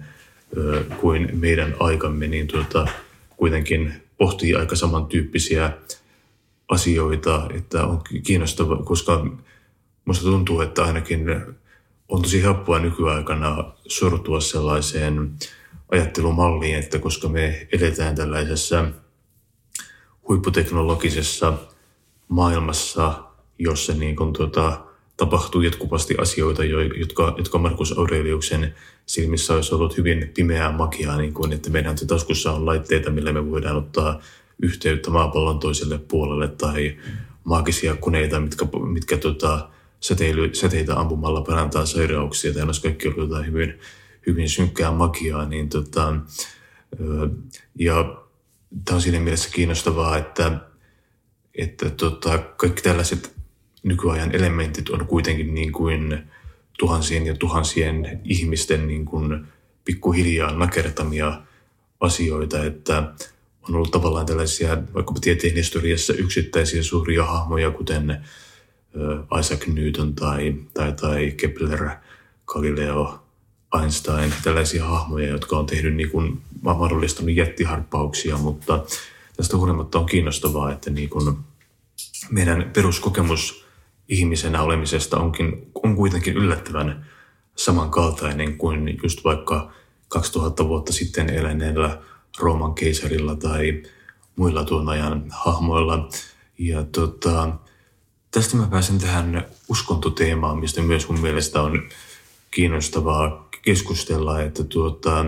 ö, kuin meidän aikamme, niin tuota, kuitenkin pohtii aika samantyyppisiä asioita, että on kiinnostava, koska musta tuntuu, että ainakin on tosi helppoa nykyaikana sortua sellaiseen ajattelumalliin, että koska me eletään tällaisessa huipputeknologisessa maailmassa, jossa niin kun tuota, tapahtuu jatkuvasti asioita, jotka, jotka Marcus Aureliuksen silmissä olisi ollut hyvin pimeää magiaa, niin kuin, että meidän taskussa on laitteita, millä me voidaan ottaa yhteyttä maapallon toiselle puolelle, tai maagisia koneita, mitkä, mitkä tota, säteily, säteitä ampumalla parantaa sairauksia, tai olisi kaikki ollut jotain hyvin, hyvin synkkää magiaa. Niin, tota, ja tämä on siinä mielessä kiinnostavaa, että, että tota, kaikki tällaiset nykyajan elementit on kuitenkin niin kuin tuhansien ja tuhansien ihmisten niin kuin pikkuhiljaa nakertamia asioita, että on ollut tavallaan tällaisia vaikkapa tieteen historiassa yksittäisiä suuria hahmoja, kuten Isaac Newton tai, tai, tai Kepler, Galileo, Einstein, tällaisia hahmoja, jotka on tehnyt niin kuin, mahdollistanut jättiharppauksia, mutta tästä huolimatta on kiinnostavaa, että niin kuin meidän peruskokemus ihmisenä olemisesta onkin, on kuitenkin yllättävän samankaltainen kuin just vaikka kaksituhatta vuotta sitten eläneellä Rooman keisarilla tai muilla tuon ajan hahmoilla. Ja tota, tästä mä pääsen tähän uskontoteemaan, mistä myös mun mielestä on kiinnostavaa keskustella, että tuota,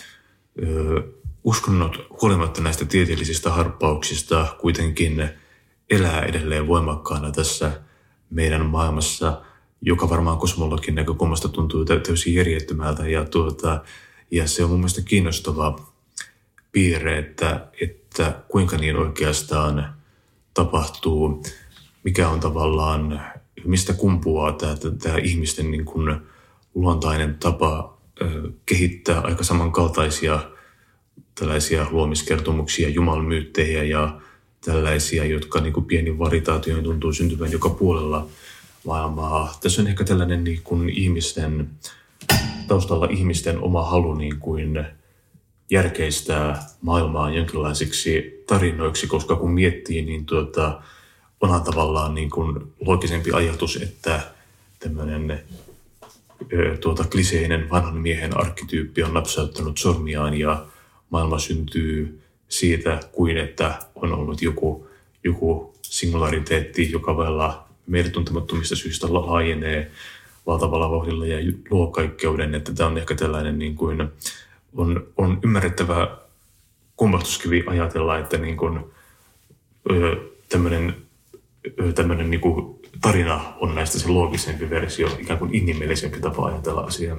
ö, uskonnot huolimatta näistä tieteellisistä harppauksista kuitenkin elää edelleen voimakkaana tässä meidän maailmassa, joka varmaan kosmologin näkökulmasta tuntuu täysin järjettömältä. Ja, tuota, ja se on mun mielestä kiinnostava piirre, että, että kuinka niin oikeastaan tapahtuu, mikä on tavallaan, mistä kumpuaa tämä, tämä ihmisten niin kuin luontainen tapa ö, kehittää aika samankaltaisia tällaisia luomiskertomuksia, jumalmyyttejä ja tällaisia, jotka niin kuin pieni varitaatio tuntuu syntyvän joka puolella maailmaa. Tässä on ehkä tällainen niin kuin ihmisten, taustalla ihmisten oma halu niin kuin järkeistää maailmaa jonkinlaisiksi tarinoiksi, koska kun miettii, niin tuota, onhan tavallaan niin kuin loogisempi ajatus, että tämmöinen tuota, kliseinen vanhan miehen arkkityyppi on napsauttanut sormiaan ja maailma syntyy siitä kuin, että on ollut joku, joku singulariteetti, joka vielä meidän tuntemattomista syistä laajenee valtavalla vauhdilla ja luo kaikkeuden, että tämä on ehkä tällainen niin kuin, on, on ymmärrettävä kummastuskivi ajatella, että niin kuin, tämmöinen, tämmöinen niin kuin tarina on näistä se loogisempi versio, ikään kuin inhimillisempi tapa ajatella asiaa.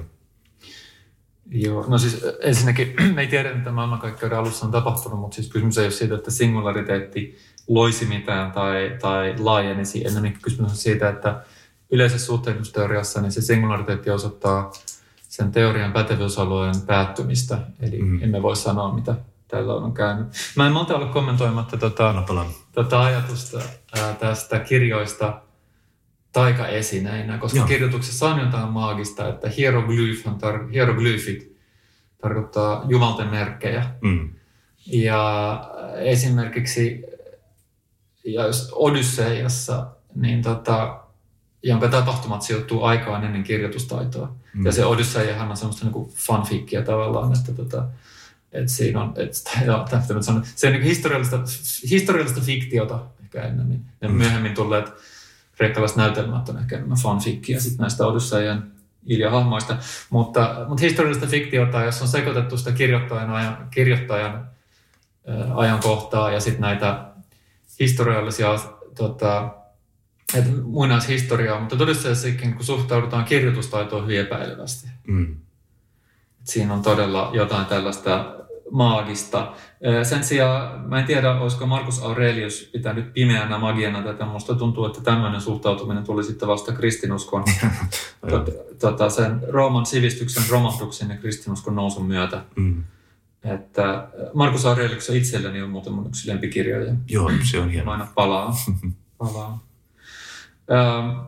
Joo, no siis ensinnäkin me ei tiedä, mitä maailmankaikkeuden alussa on tapahtunut, mutta siis kysymys ei ole siitä, että singulariteetti loisi mitään tai, tai laajenisi. Ennemminkin kysymys on siitä, että yleisessä suhteellisuusteoriassa niin se singulariteetti osoittaa sen teorian pätevyysalueen päättymistä. Eli mm. emme voi sanoa, mitä tällä on käynyt. Mä en malta olla kommentoimatta tota, tota ajatusta ää, tästä kirjoista taikaesineinä, koska Joo. kirjoituksessa on jotain maagista, että tar- hieroglyfit tarkoittaa jumalten merkkejä. Mm. Ja esimerkiksi ja jos Odysseiassa, niin tota, jonka tapahtumat sijoittuu aikaan ennen kirjoitustaitoa. Mm. Ja se Odysseiahan on semmoista niin kuin fanfickia tavallaan, että tota, että siinä on, että, no, se on niin historiallista, historiallista fiktiota ehkä ennemmin. Ja mm. myöhemmin tulleet kreikkalaiset näytelmät on ehkä enemmän fanfickia sitten näistä Odysseian Ilja-hahmoista. Mutta, mutta historiallista fiktiota, jos on sekoitettu sitä kirjoittajan, ajan, kirjoittajan ää, ajankohtaa ja sitten näitä historiallisia tota, muinaishistoriaa, mutta todennäköisesti kun suhtaudutaan kirjoitustaitoon hyvin epäilevästi. Mm. Siinä on todella jotain tällaista maagista. Sen sijaan, mä en tiedä, olisiko Marcus Aurelius pitänyt pimeänä magiana tätä. Musta tuntuu, että tämmöinen suhtautuminen tuli sitten vasta kristinuskon, tota, sen Rooman sivistyksen romahduksen ja kristinuskon nousun myötä. Mm. Että Marcus Aurelius itselleni on muuten mun yksi lempikirjoja. Joo, se on hieno. Aina palaa. palaa. Ähm,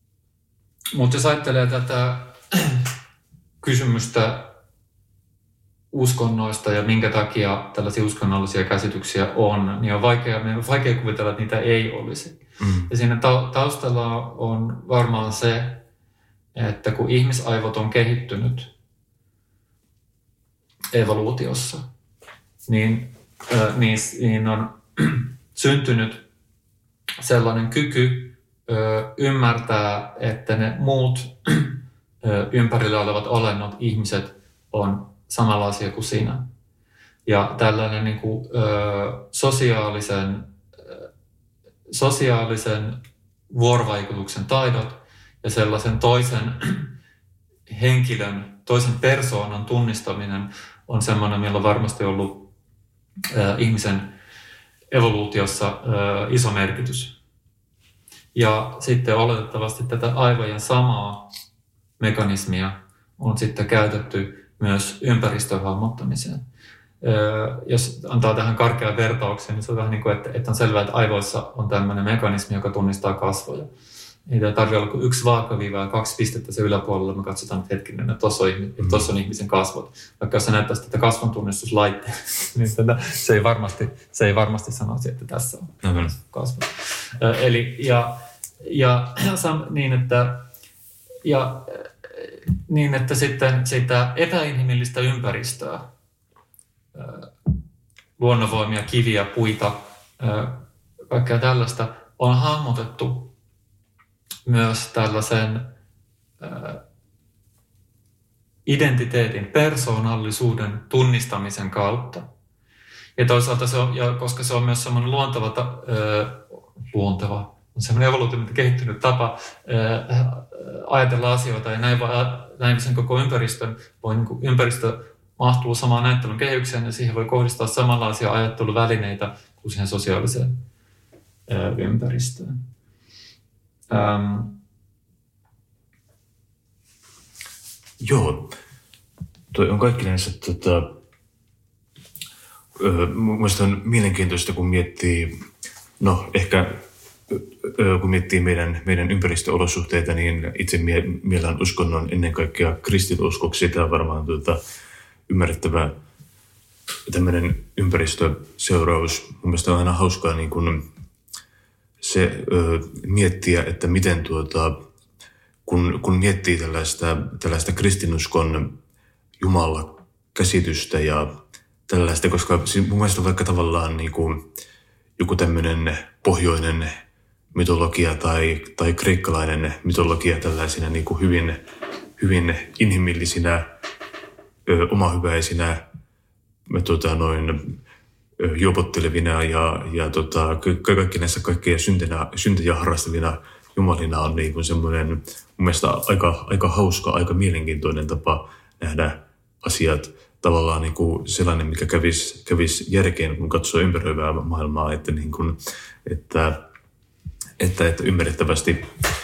mutta jos ajattelee tätä kysymystä uskonnoista ja minkä takia tällaisia uskonnollisia käsityksiä on, niin on vaikea, meidän on vaikea kuvitella, että niitä ei olisi. Mm. Ja siinä taustalla on varmaan se, että kun ihmisaivot on kehittynyt evoluutiossa, niin, äh, niin, niin on syntynyt sellainen kyky äh, ymmärtää, että ne muut äh, ympärillä olevat olennot, ihmiset, on samanlaisia kuin sinä. Ja tällainen niin kuin, ö, sosiaalisen, ö, sosiaalisen vuorovaikutuksen taidot ja sellaisen toisen henkilön, toisen persoonan tunnistaminen on semmoinen, millä on varmasti ollut ö, ihmisen evoluutiossa ö, iso merkitys. Ja sitten oletettavasti tätä aivan samaa mekanismia on sitten käytetty myös ympäristön hahmottamiseen. Öö, jos antaa tähän karkean vertauksen, niin se on vähän niin kuin, että, että on selvää, että aivoissa on tämmöinen mekanismi, joka tunnistaa kasvoja. Ei tämä tarvitse olla kuin yksi vaakaviiva ja kaksi pistettä se yläpuolella. Me katsotaan, että hetkinen, että tuossa on, mm. on ihmisen kasvot. Vaikka jos sä näyttäisi tätä kasvontunnistuslaitteen, niin tätä, se, ei varmasti, se ei varmasti sanoisi, että tässä on mm. kasvot. Öö, eli ja, ja niin, että ja, niin, että sitten sitä epäinhimillistä ympäristöä, luonnonvoimia, kiviä, puita, kaikkea tällaista on hahmotettu myös tällaisen identiteetin, persoonallisuuden tunnistamisen kautta. Ja toisaalta se on, ja koska se on myös semmoinen luonteva, ta, luonteva, on semmoinen evoluutioiden kehittynyt tapa ajatella asioita ja näin, näin sen koko ympäristön, voi, niin kuin ympäristö mahtuu samaan näyttelyn kehykseen ja siihen voi kohdistaa samanlaisia ajatteluvälineitä kuin siihen sosiaaliseen ää, ympäristöön. Ähm. Joo, toi on kaikki näissä, tota, mielestäni on mielenkiintoista, kun miettii, no ehkä kun miettii meidän, meidän ympäristöolosuhteita, niin itse mie, mielellään uskonnon ennen kaikkea kristinuskoksi. Tämä on varmaan tuota, ymmärrettävä tämmöinen ympäristöseuraus. Mun mielestä on aina hauskaa niin kun se ö, miettiä, että miten tuota, kun, kun miettii tällaista, tällaista kristinuskon Jumala-käsitystä ja tällaista, koska mun mielestä on vaikka tavallaan niin kuin joku tämmöinen pohjoinen mytologia tai, tai kreikkalainen mytologia tällaisina niin kuin hyvin, hyvin inhimillisinä, ö, omahyväisinä, tota, noin, ö, juopottelevina ja, ja tota, kaikki näissä kaikkia syntejä, syntejä harrastavina jumalina on niin kuin semmoinen mun mielestä aika, aika hauska, aika mielenkiintoinen tapa nähdä asiat. Tavallaan niin kuin sellainen, mikä kävisi, kävisi järkeen, kun katsoo ympäröivää maailmaa, että, niin kuin, että, että, että ymmärrettävästi,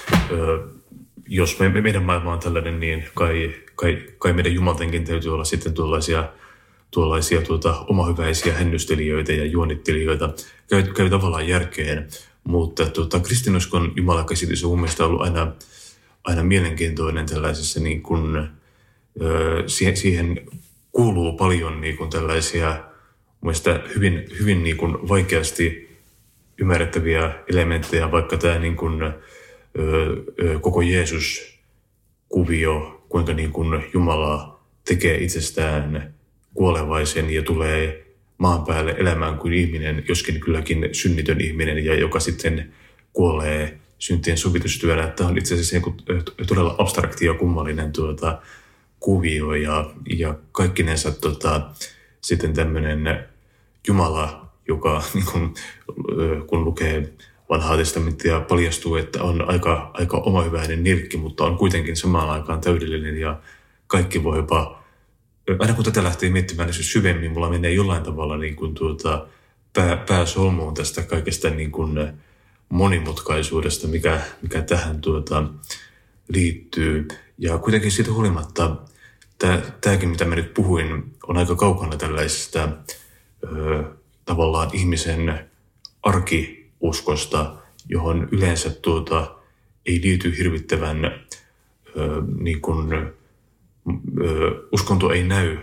jos me, meidän maailma on tällainen, niin kai, kai, kai meidän jumaltenkin täytyy olla sitten tuollaisia, tuollaisia tuota, omahyväisiä hännystelijöitä ja juonittelijoita. Käy, käy tavallaan järkeen, mutta tuota, kristinuskon jumalakäsitys on mun mielestä ollut aina, aina mielenkiintoinen tällaisessa niin kuin, siihen, siihen kuuluu paljon niin kuin tällaisia mielestäni hyvin, hyvin niin kuin vaikeasti ymmärrettäviä elementtejä, vaikka tämä niin kuin, ö, ö, koko Jeesus-kuvio, kuinka niin kuin Jumala tekee itsestään kuolevaisen ja tulee maan päälle elämään kuin ihminen, joskin kylläkin synnitön ihminen, ja joka sitten kuolee syntien sovitustyönä. Tämä on itse asiassa todella abstrakti ja kummallinen tuota, kuvio ja, ja kaikkinensa tota, sitten tämmöinen Jumala, joka niin kun, kun lukee vanhaa testamenttia, paljastuu, että on aika, aika omahyväinen nirkki, mutta on kuitenkin samaan aikaan täydellinen ja kaikki voi jopa, aina kun tätä lähtee miettimään niin syvemmin, mulla menee jollain tavalla niin kuin tuota, pää, pää solmuun tästä kaikesta niin kuin monimutkaisuudesta, mikä, mikä tähän tuota, liittyy. Ja kuitenkin siitä huolimatta, tämäkin mitä mä nyt puhuin, on aika kaukana tällaisesta ö, tavallaan ihmisen arkiuskosta, johon yleensä tuota, ei liity hirvittävän, ö, niin kuin, ö, uskonto ei näy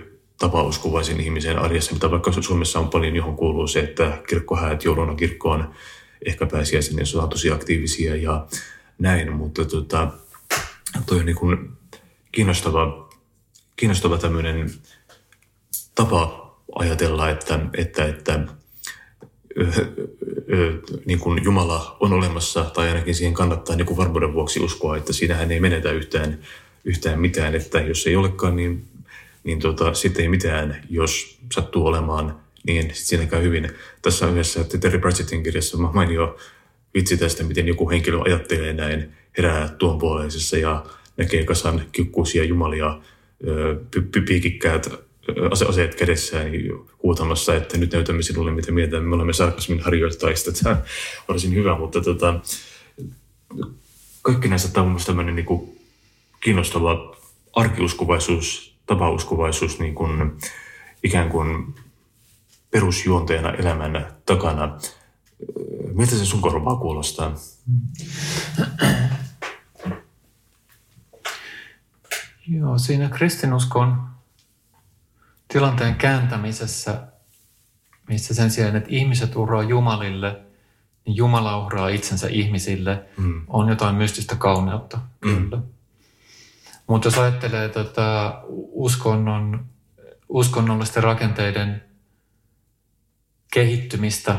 tapauskuvaisen ihmisen arjessa, mitä vaikka Suomessa on paljon, johon kuuluu se, että kirkkohäät jouluna kirkkoon, ehkä pääsiäisen, niin on tosi aktiivisia ja näin, mutta tota, toi on niin kuin kiinnostava, kiinnostava tämmöinen tapa ajatella, että, että, että ö, ö, niin kuin Jumala on olemassa, tai ainakin siihen kannattaa niin kuin varmuuden vuoksi uskoa, että siinähän ei menetä yhtään, yhtään mitään, että jos ei olekaan, niin, niin tota, sitten ei mitään, jos sattuu olemaan, niin sitten siinä käy hyvin. Tässä yhdessä Terry Pratchettin kirjassa mä mainio vitsi tästä, miten joku henkilö ajattelee näin, herää tuonpuoleisessa ja näkee kasan kiukkuisia jumalia, piikikkäät aseet kädessään huutamassa, että nyt näytämme sinulle, mitä mieltä me olemme sarkasmin harjoittajista. Tämä on varsin hyvä, mutta tota, kaikki näissä tämä on mielestäni tämmöinen niin kuin kiinnostava arkiuskuvaisuus, tapauskovaisuus niin kuin ikään kuin perusjuonteena elämän takana. Miltä se sun korvaa kuulostaa? Joo, siinä kristinuskon tilanteen kääntämisessä, missä sen sijaan, että ihmiset uhraa Jumalille, niin Jumala uhraa itsensä ihmisille, mm. on jotain mystistä kauneutta, kyllä. Mm. Mutta jos ajattelee tätä uskonnon, uskonnollisten rakenteiden kehittymistä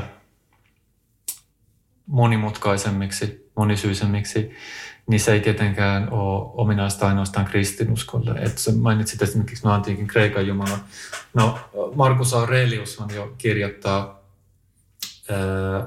monimutkaisemmiksi, monisyisemmiksi, niin se ei tietenkään ole ominaista ainoastaan kristinuskolle. Et sä mainitsit esimerkiksi no antiikin Kreikan jumalan. No Marcus Aurelius on jo kirjoittaa ää,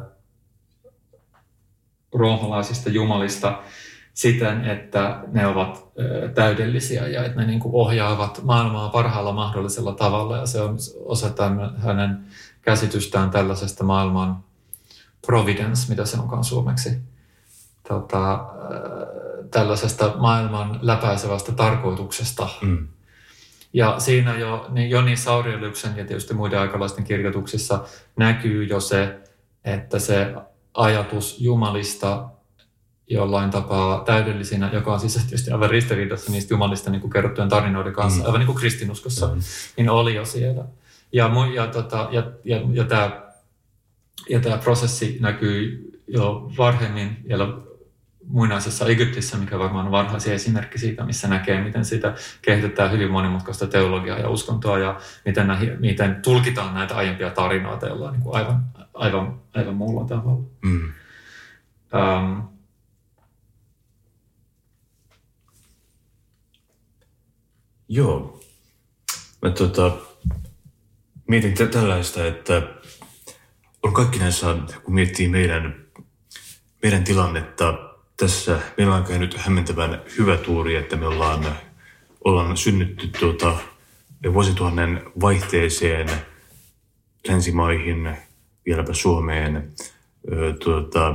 roomalaisista jumalista siten, että ne ovat ää, täydellisiä ja että ne niin kuin ohjaavat maailmaa parhaalla mahdollisella tavalla. Ja se on osa tämän, hänen käsitystään tällaisesta maailman providence, mitä se onkaan suomeksi. Tota, tällaisesta maailman läpäisevästä tarkoituksesta. Mm. Ja siinä jo, niin jo niissä Aureliuksen ja tietysti muiden aikalaisten kirjoituksissa näkyy jo se, että se ajatus Jumalista jollain tapaa täydellisinä, joka on siis tietysti aivan ristiriidassa niistä Jumalista niin kuin kerrottujen tarinoiden kanssa, mm. aivan niin kuin kristinuskossa, mm. niin oli jo siellä. Ja, ja, tota, ja, ja, ja tämä ja tämä prosessi näkyy jo varhemmin vielä muinaisessa Egyptissä, mikä varmaan on varhaisia esimerkki siitä, missä näkee, miten sitä kehitetään hyvin monimutkaista teologiaa ja uskontoa ja miten, näihin, miten tulkitaan näitä aiempia tarinoita jollain niin kuin aivan, aivan, aivan muulla tavalla. Mm. Um, Joo. Mä tota, mietin t- tällaista, että on kaikki näissä, kun miettii meidän, meidän tilannetta tässä, meillä on käynyt hämmentävän hyvä tuuri, että me ollaan, ollaan synnytty tuota, vuosituhannen vaihteeseen länsimaihin, vieläpä Suomeen, tuota,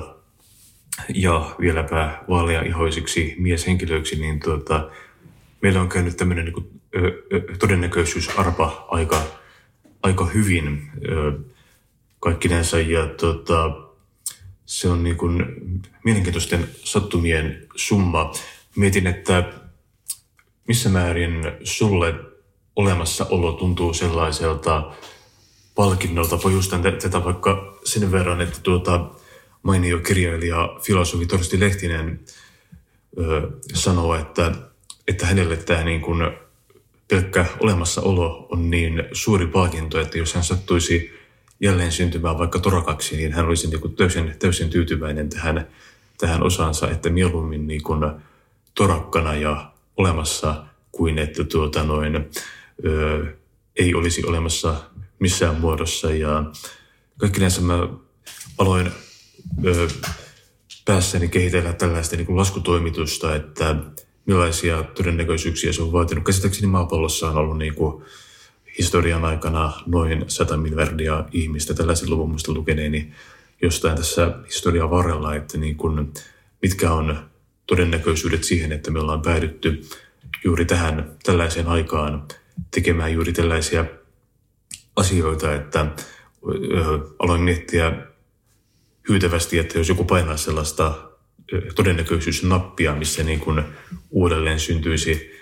ja vieläpä vaaleaihoisiksi mieshenkilöiksi, niin tuota, meillä on käynyt tämmöinen niin kuin, todennäköisyysarpa aika, aika hyvin kaikkinensa, ja tuota, se on niin kuin mielenkiintoisten sattumien summa. Mietin, että missä määrin sulle olemassaolo tuntuu sellaiselta palkinnolta. Pohjustan tätä vaikka sen verran, että tuota mainio kirjailija, filosofi Torsti Lehtinen ö, sanoo, että, että hänelle tämä niin kuin pelkkä olemassaolo on niin suuri palkinto, että jos hän sattuisi jälleen syntymään vaikka torakaksi, niin hän olisi niin kuin täysin, täysin tyytyväinen tähän, tähän osaansa, että mieluummin niin kuin torakkana ja olemassa kuin että tuota noin, ö, ei olisi olemassa missään muodossa. Ja kaikki näissä mä aloin ö, päässäni kehitellä tällaista niin kuin laskutoimitusta, että millaisia todennäköisyyksiä se on vaatinut. Käsittääkseni maapallossa on ollut niin kuin historian aikana noin sata miljardia ihmistä. Tällaisen luvun muista lukeneeni jostain tässä historian varrella, että niin kuin, mitkä on todennäköisyydet siihen, että me ollaan päädytty juuri tähän tällaiseen aikaan tekemään juuri tällaisia asioita, että ö, aloin miettiä hyytävästi, että jos joku painaa sellaista todennäköisyysnappia, missä niin kuin uudelleen syntyisi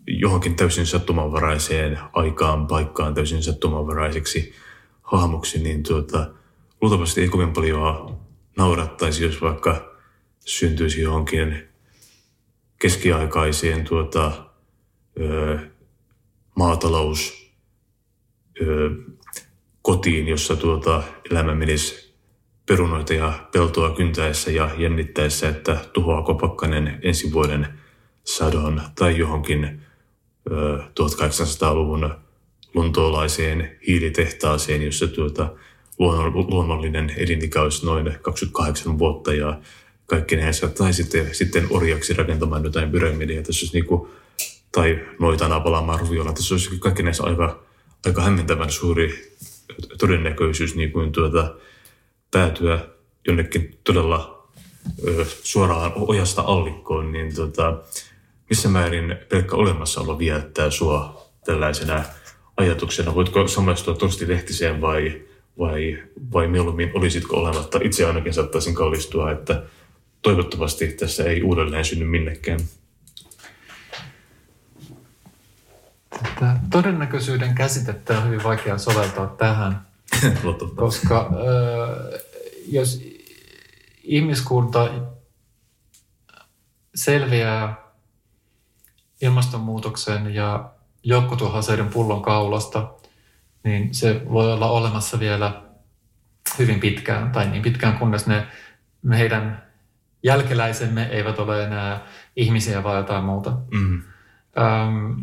johonkin täysin sattumanvaraiseen aikaan, paikkaan täysin sattumanvaraiseksi hahmoksi, niin tuota, luultavasti ei kovin paljon naurattaisi, jos vaikka syntyisi johonkin keskiaikaiseen tuota, ö, maatalous ö, kotiin, jossa tuota, elämä menisi perunoita ja peltoa kyntäessä ja jännittäessä, että tuhoaako pakkanen ensi vuoden sadon, tai johonkin ö, tuhatkahdeksansataaluvun lontoolaiseen hiilitehtaaseen, jossa tuota, luonnollinen elinikä olisi noin kaksikymmentäkahdeksan vuotta ja kaikki näissä, tai sitten, sitten orjaksi rakentamaan jotain pyramidia, tässä olisi niinku, tai noitana palaamaan ruviolla. Tässä olisi kaikki näissä aika, aika hämmentävän suuri todennäköisyys niin kuin tuota, päätyä jonnekin todella ö, suoraan ojasta allikkoon, niin tuota, missä määrin pelkkä olemassaolo viehättää sua tällaisena ajatuksena? Voitko samaistua Torsti Lehtiseen vai, vai, vai mieluummin olisitko olematta? Itse ainakin saattaisin kallistua, että toivottavasti tässä ei uudelleen synny minnekään. Tätä todennäköisyyden käsitettä on hyvin vaikea soveltaa tähän, koska äh, jos ihmiskunta selviää ilmastonmuutoksen ja joukkotuhoaseiden pullon kaulasta, niin se voi olla olemassa vielä hyvin pitkään, tai niin pitkään kunnes ne meidän jälkeläisemme eivät ole enää ihmisiä vaan jotain muuta. Mm. Ähm,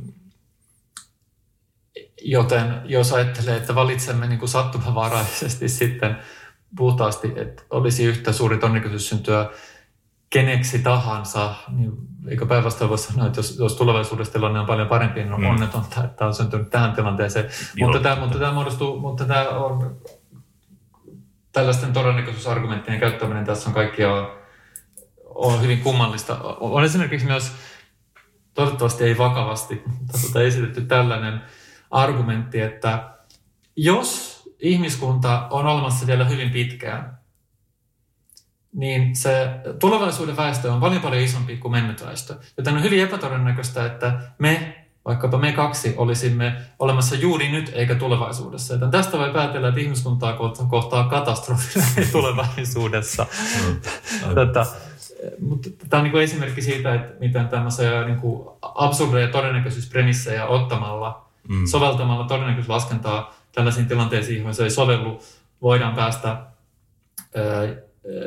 joten jos ajattelee, että valitsemme niin kuin sattumanvaraisesti sitten puhtaasti, että olisi yhtä suuri todennäköisyys syntyä keneksi tahansa, niin eikö päinvastoin voi sanoa, että jos, jos tulevaisuudessa tilanne on paljon parempi, niin on mm. onnetonta, että on syntynyt tähän tilanteeseen. Mutta tämä, mutta tämä muodostuu, mutta tämä on tällaisten todennäköisyysargumenttien käyttäminen tässä on kaikkia on hyvin kummallista. On esimerkiksi myös, toivottavasti ei vakavasti, mutta esitetty tällainen argumentti, että jos ihmiskunta on olemassa vielä hyvin pitkään, niin se tulevaisuuden väestö on paljon paljon isompi kuin mennyt väestö. Joten on hyvin epätodennäköistä, että me, vaikkapa me kaksi, olisimme olemassa juuri nyt eikä tulevaisuudessa. Joten tästä voi päätellä, että ihmiskuntaa kohtaa katastrofi tulevaisuudessa. Mm. Tätä, mutta tämä on niin kuin esimerkki siitä, että miten tämmöisiä niin kuin absurdeja todennäköisyyspremissejä ottamalla, mm. soveltamalla todennäköisyyslaskentaa tällaisiin tilanteisiin, joihin se ei sovellu, voidaan päästä ää, ää,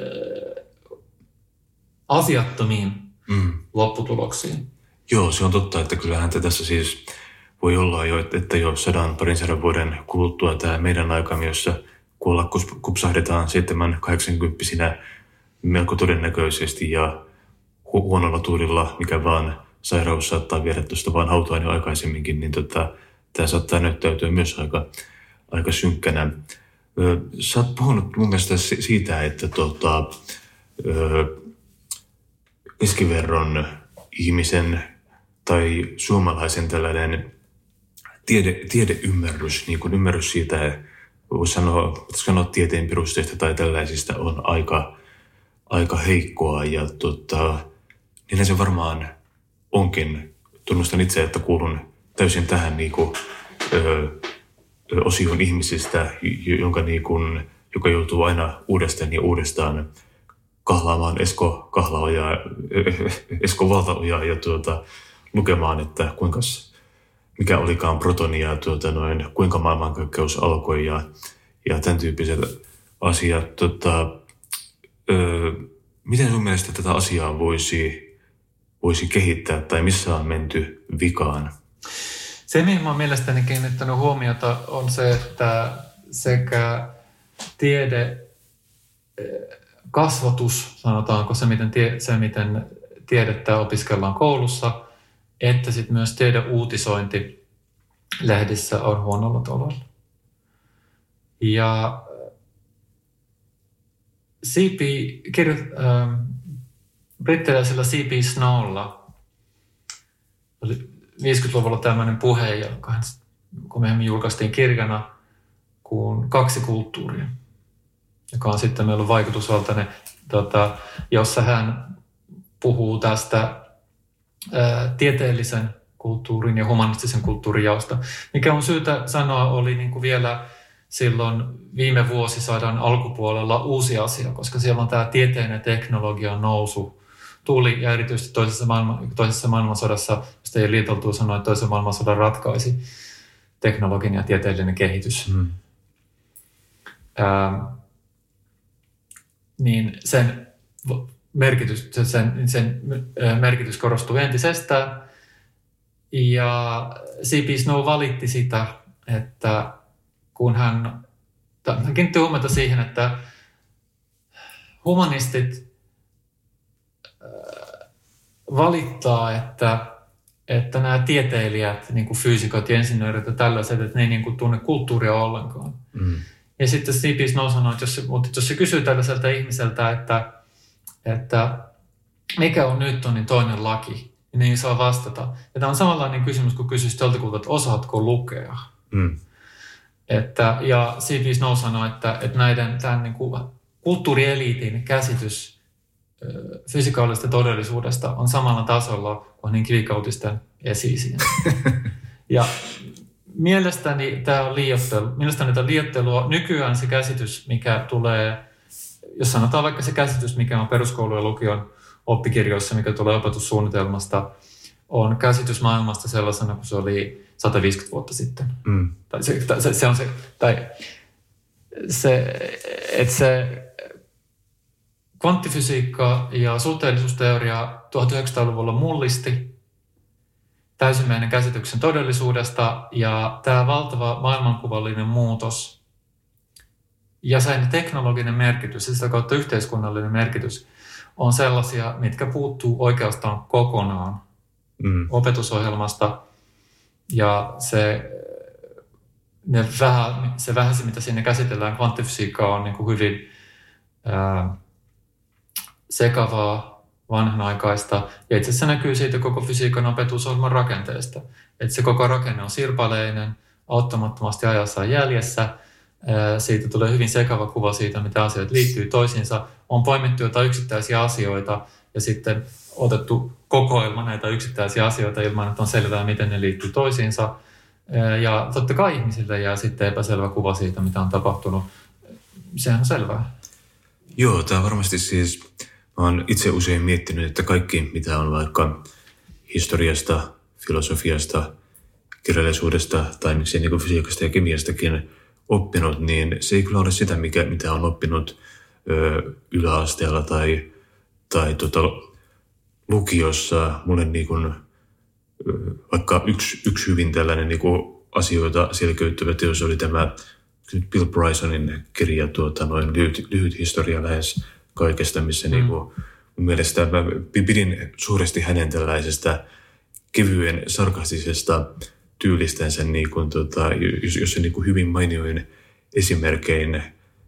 asiattomiin mm. lopputuloksiin. Joo, se on totta, että kyllähän tässä siis voi olla jo, että jo sadan, parin sadan vuoden kuluttua tämä meidän aikamme, jossa kuolla kupsahdetaan seitsemän kahdeksankymppisinä melko todennäköisesti ja hu- huonolla tuurilla, mikä vaan sairaus saattaa viedä tuosta vaan hautaan jo aikaisemminkin, niin tota, tämä saattaa näyttäytyä myös aika, aika synkkänä. Ö, sä oot puhunut mun mielestä siitä, että tota, ö, keskiverron ihmisen tai suomalaisen tällainen tiede, tiedeymmärrys, niin kuin ymmärrys siitä, voisi sanoa, sanoa tieteen perusteista tai tällaisista on aika, aika heikkoa ja tota, niin se varmaan onkin. Tunnustan itse, että kuulun täysin tähän niin kuin, ö, osioon ihmisistä, jonka, niin kuin, joka joutuu aina uudestaan ja uudestaan kahlaamaan Esko Kahlaojaa, Esko Valtaojaa ja tuota, lukemaan, että kuinka, mikä olikaan protonia, tuota, noin, kuinka maailmankaikkeus alkoi ja, ja tämän tyyppiset asiat. Tota, ö, miten sun mielestä tätä asiaa voisi, voisi kehittää tai missä on menty vikaan? Se, mihin mä oon mielestäni kiinnittänyt huomiota, on se, että sekä tiede, kasvatus, sanotaanko se, miten, tie, se, miten tiedettä opiskellaan koulussa, että sitten myös tiedeuutisointi lehdissä on huonolla tolalla. Ja C P, kirjo, ähm, brittiläisellä C P Snowlla oli viisikymmentäluvulla tämmöinen puhe, joka kun myöhemmin julkaistiin kirjana kuin Kaksi kulttuuria, joka on sitten meillä vaikutusvaltainen, tota, jossa hän puhuu tästä ää, tieteellisen kulttuurin ja humanistisen kulttuurin jaosta. Mikä on syytä sanoa oli niin kuin vielä silloin viime vuosisadan alkupuolella uusi asia, koska siellä on tämä tieteen ja teknologian nousu tuli, ja erityisesti toisessa, maailma, toisessa maailmansodassa, josta ei liitoltuu sanoa, että toisen maailmansodan ratkaisi teknologinen ja tieteellinen kehitys. Mm. Ähm, niin sen merkitys, sen, sen merkitys korostuu entisestään. Ja C P. Snow valitti sitä, että kun hän, hän kiinnitti huomiota siihen, että humanistit valittaa, että, että nämä tieteilijät, niin kuin fyysikot ja insinöörit ja tällaiset, että ne ei niin kuin tunne kulttuuria ollenkaan. Mm. Ja sitten C P. Snow sanoi, että jos se, mutta jos se kysyy tällaiselta ihmiseltä, että, että mikä on Newtonin toinen laki, niin ei saa vastata. Ja tämä on samanlainen kysymys, kun kysyisi joltakulta, että osaatko lukea. Mm. Että, ja C P. Snow sanoi, että, että näiden tämän niin kuin kulttuurieliitin käsitys fysikaalisesta todellisuudesta on samalla tasolla kuin niin kivikautisten esi-isien. Ja mielestäni tämä on liioittelu. Mielestäni tämä on liioittelua. Nykyään se käsitys, mikä tulee, jos sanotaan vaikka se käsitys, mikä on peruskoulu- ja lukion oppikirjoissa, mikä tulee opetussuunnitelmasta, on käsitys maailmasta sellaisena kuin se oli sata viisikymmentä vuotta sitten. Mm. Tai se, se, se on se, tai se, että se kvanttifysiikka ja suhteellisuusteoria tuhatyhdeksänsataaluvulla mullisti täysimmäinen käsityksen todellisuudesta, ja tämä valtava maailmankuvallinen muutos ja sen teknologinen merkitys ja sitä kautta yhteiskunnallinen merkitys on sellaisia, mitkä puuttuu oikeastaan kokonaan mm. opetusohjelmasta, ja se, ne vähän, se vähän se, mitä siinä käsitellään kvanttifysiikkaa, on niin kuin hyvin ää, sekavaa, vanhanaikaista, ja itse asiassa näkyy siitä koko fysiikan opetusohjelman rakenteesta. Että se koko rakenne on sirpaleinen, auttamattomasti ajassa jäljessä, siitä tulee hyvin sekava kuva siitä, mitä asiat liittyy toisiinsa. On poimittu jotain yksittäisiä asioita ja sitten otettu kokoelma näitä yksittäisiä asioita ilman, että on selvää, miten ne liittyy toisiinsa. Ja totta kai ihmisille jää sitten epäselvä kuva siitä, mitä on tapahtunut. Sehän on selvää. Joo, tämä varmasti siis, mä oon itse usein miettinyt, että kaikki, mitä on vaikka historiasta, filosofiasta, kirjallisuudesta tai miksei niin kuin fysiikasta ja kemiastakin oppinut, niin se ei kyllä ole sitä, mikä, mitä on oppinut ö, yläasteella tai, tai tota, lukiossa. Mulle niin kuin, vaikka yksi, yksi hyvin tällainen niin kuin asioita selkeyttävä teos oli tämä Bill Brysonin kirja, tuota, noin lyhyt, lyhyt historia lähes kaikesta, missä mm. niin kuin, mun mielestä mä pidin suuresti hänen tällaisesta kevyen sarkastisesta tyylistänsä, niin kuin, tota, jos, jos se niin kuin hyvin mainioin esimerkkein,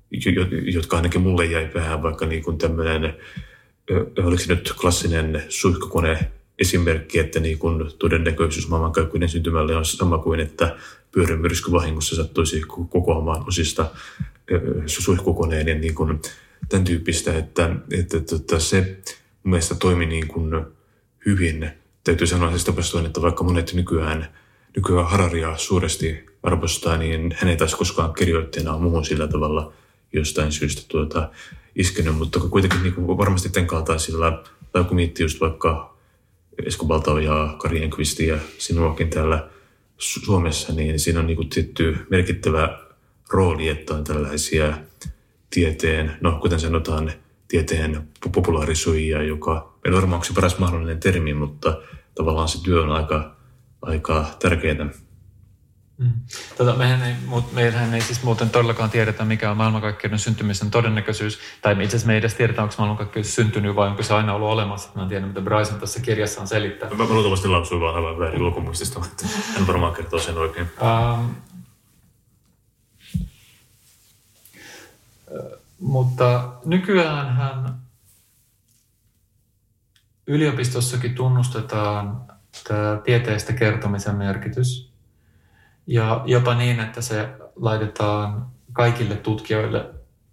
jotka ainakin mulle jäi vähän, vaikka niin kuin tämmöinen, oliko se nyt klassinen suihkukone esimerkki, että niin kuin todennäköisyys maailmankaikkeuden syntymälle on sama kuin, että pyörämyrsky vahingossa sattuisi kokoamaan osista suihkukoneen ja niin kuin tämän tyyppistä, että, että tota, se mun mielestä toimi niin kuin hyvin. Täytyy sanoa siis tapahtua, että vaikka monet nykyään, nykyään Hararia suuresti arvostaa, niin hän ei taas koskaan kirjoittajana ole muuhun sillä tavalla jostain syystä tuota iskenyt, mutta kuitenkin niin kuin varmasti tämän kaltaisilla, tai kun miettii just vaikka Esko Baltaojaa, Kari Enqvistia ja sinuakin täällä Suomessa, niin siinä on niin kuin tietty merkittävä rooli, että on tällaisia tieteen, no kuten sanotaan, tieteen populaarisoijia, joka ei varmaan onko se paras mahdollinen termi, mutta tavallaan se työ on aika, aika tärkeää. Mm. Tota, mehän ei, meillähän ei siis muuten todellakaan tiedetä, mikä on maailmankaikkeuden syntymisen todennäköisyys. Tai itse asiassa me ei edes tiedetä, onko maailmankaikkeus syntynyt vai onko se aina ollut olemassa. Mä en tiedä, mitä Bryson tässä kirjassaan selittää. Mä luultavasti lausuin vaan aivan väärin lukumuistista, mutta hän varmaan kertoo sen oikein. Ähm, mutta nykyäänhän yliopistossakin tunnustetaan tämä tieteestä kertomisen merkitys. Ja jopa niin, että se laitetaan kaikille tutkijoille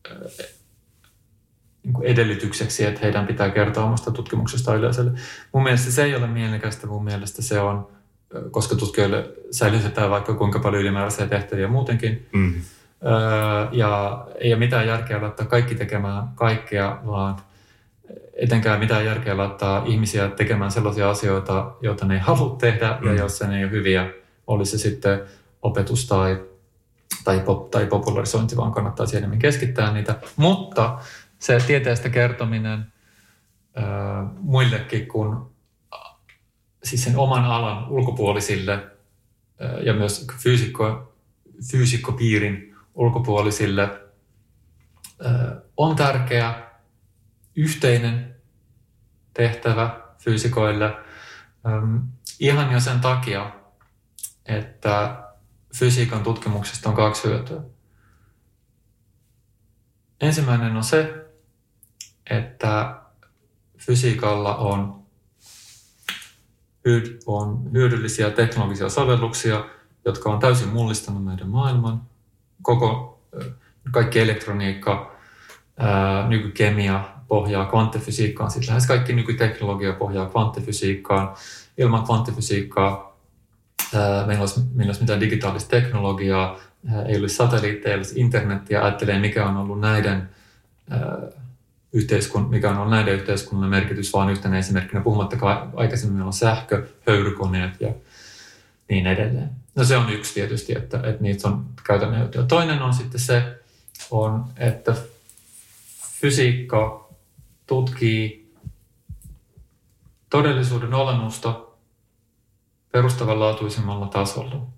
edellytykseksi, että heidän pitää kertoa omasta tutkimuksesta yleisölle. Mun mielestä se ei ole mielekästä, mun mielestä se on koska tutkijoille säilytetään vaikka kuinka paljon ylimääräisiä tehtäviä muutenkin. Mm. Ja ei ole mitään järkeä laittaa kaikki tekemään kaikkea, vaan etenkään mitään järkeä laittaa ihmisiä tekemään sellaisia asioita, joita ne ei halua tehdä, mm. ja jos ne ei ole hyviä, olisi se sitten opetus tai, tai, pop, tai popularisointi, vaan kannattaa enemmän keskittää niitä. Mutta se tieteestä kertominen ää, muillekin kuin siis sen oman alan ulkopuolisille ää, ja myös fyysikko, fyysikkopiirin ulkopuolisille ää, on tärkeä yhteinen tehtävä fyysikoille ähm, ihan jo sen takia, että fysiikan tutkimuksesta on kaksi hyötyä. Ensimmäinen on se, että fysiikalla on, hyöd- on hyödyllisiä teknologisia sovelluksia, jotka on täysin mullistanut meidän maailman. Koko, kaikki elektroniikka, ää, nykykemia pohjaa kvanttifysiikkaan. Sitten lähes kaikki nykyteknologia pohjaa kvanttifysiikkaan. Ilman kvanttifysiikkaa ää, meillä olisi, meillä olisi mitään digitaalista teknologiaa, ää, ei olisi satelliitteja, ei olisi internetiä. Ajattelee, mikä on ollut näiden, ää, yhteiskun, mikä on ollut näiden yhteiskunnan merkitys, vaan yhtenä esimerkkinä. Puhumattakaan aikaisemmin meillä on sähkö, höyrykoneet ja niin edelleen. No se on yksi tietysti, että, että niitä on käytännön hyötyä. Toinen on sitten se, on, että fysiikka tutkii todellisuuden olemusta perustavanlaatuisemmalla tasolla.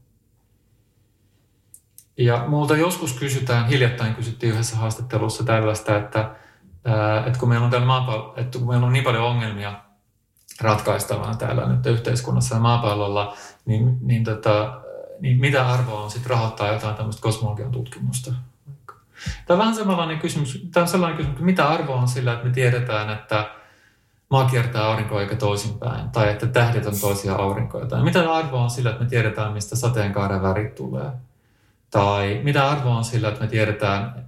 Ja multa joskus kysytään, hiljattain kysyttiin yhdessä haastattelussa tällaista, että, että kun meillä on, täällä maapallo, että kun meillä on niin paljon ongelmia ratkaistavana täällä nyt yhteiskunnassa ja maapallolla, niin, niin, tota, niin mitä arvoa on sitten rahoittaa jotain tämmöistä kosmologian tutkimusta? Tämä on vähän sellainen kysymys, tämä on sellainen kysymys, mitä arvoa on sillä, että me tiedetään, että maa kiertää aurinkoa eikä toisinpäin, tai että tähdet on toisia aurinkoja. Tai mitä arvoa on sillä, että me tiedetään, mistä sateenkaaren värit tulee. Tai mitä arvoa on sillä, että me tiedetään,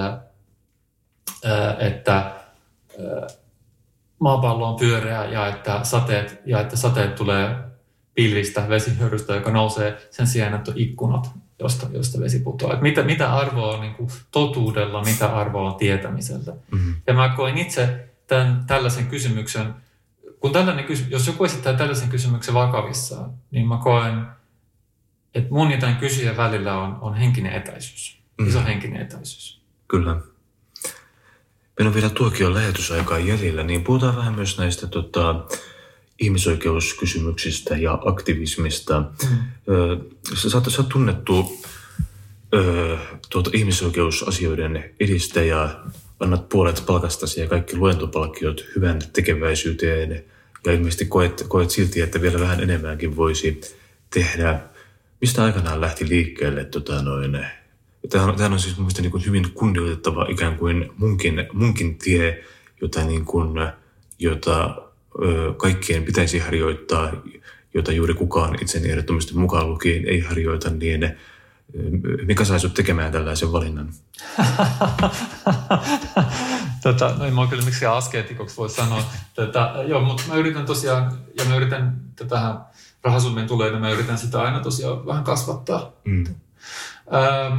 että maapallo on pyöreä ja että sateet, ja että sateet tulee pilvistä, vesihyörystä, joka nousee sen sijaan, että on ikkunat, josta, josta vesi putoaa. Mitä, mitä arvoa on niin kuin totuudella, mitä arvoa on tietämisellä. Mm-hmm. Ja mä koin itse tämän, tällaisen kysymyksen, kun tällainen, jos joku esittää tällaisen kysymyksen vakavissaan, niin mä koen, että mun ja tämän kysyjän välillä on, on henkinen etäisyys. Mm-hmm. Iso henkinen etäisyys. Kyllä. Meillä on vielä tuokion lähetysaikaa jäljellä, niin puhutaan vähän myös näistä tota, ihmisoikeuskysymyksistä ja aktivismista. Mm. Ö, sä, oot, sä oot tunnettu ö, tuota, ihmisoikeusasioiden edistäjä, annat puolet palkastasi ja kaikki luentopalkkiot hyvän tekeväisyyteen ja ilmeisesti koet, koet silti, että vielä vähän enemmänkin voisi tehdä. Mistä aikanaan lähti liikkeelle tota noin? Tämä on, tämä on siis mielestäni niin kuin hyvin kunnioitettava ikään kuin munkin, munkin tie, jota, niin kuin, jota ö, kaikkien pitäisi harjoittaa, jota juuri kukaan itseni ehdottomasti mukaan lukien ei harjoita, niin ö, mikä sai sut tekemään tällaisen valinnan? tota, no ei mä kyllä miksikään askeetikoksi voi sanoa. Tota, joo, mutta mä yritän tosiaan, ja mä yritän tähän rahasummien tulee, niin mä yritän sitä aina tosiaan vähän kasvattaa. Mm. Ähm,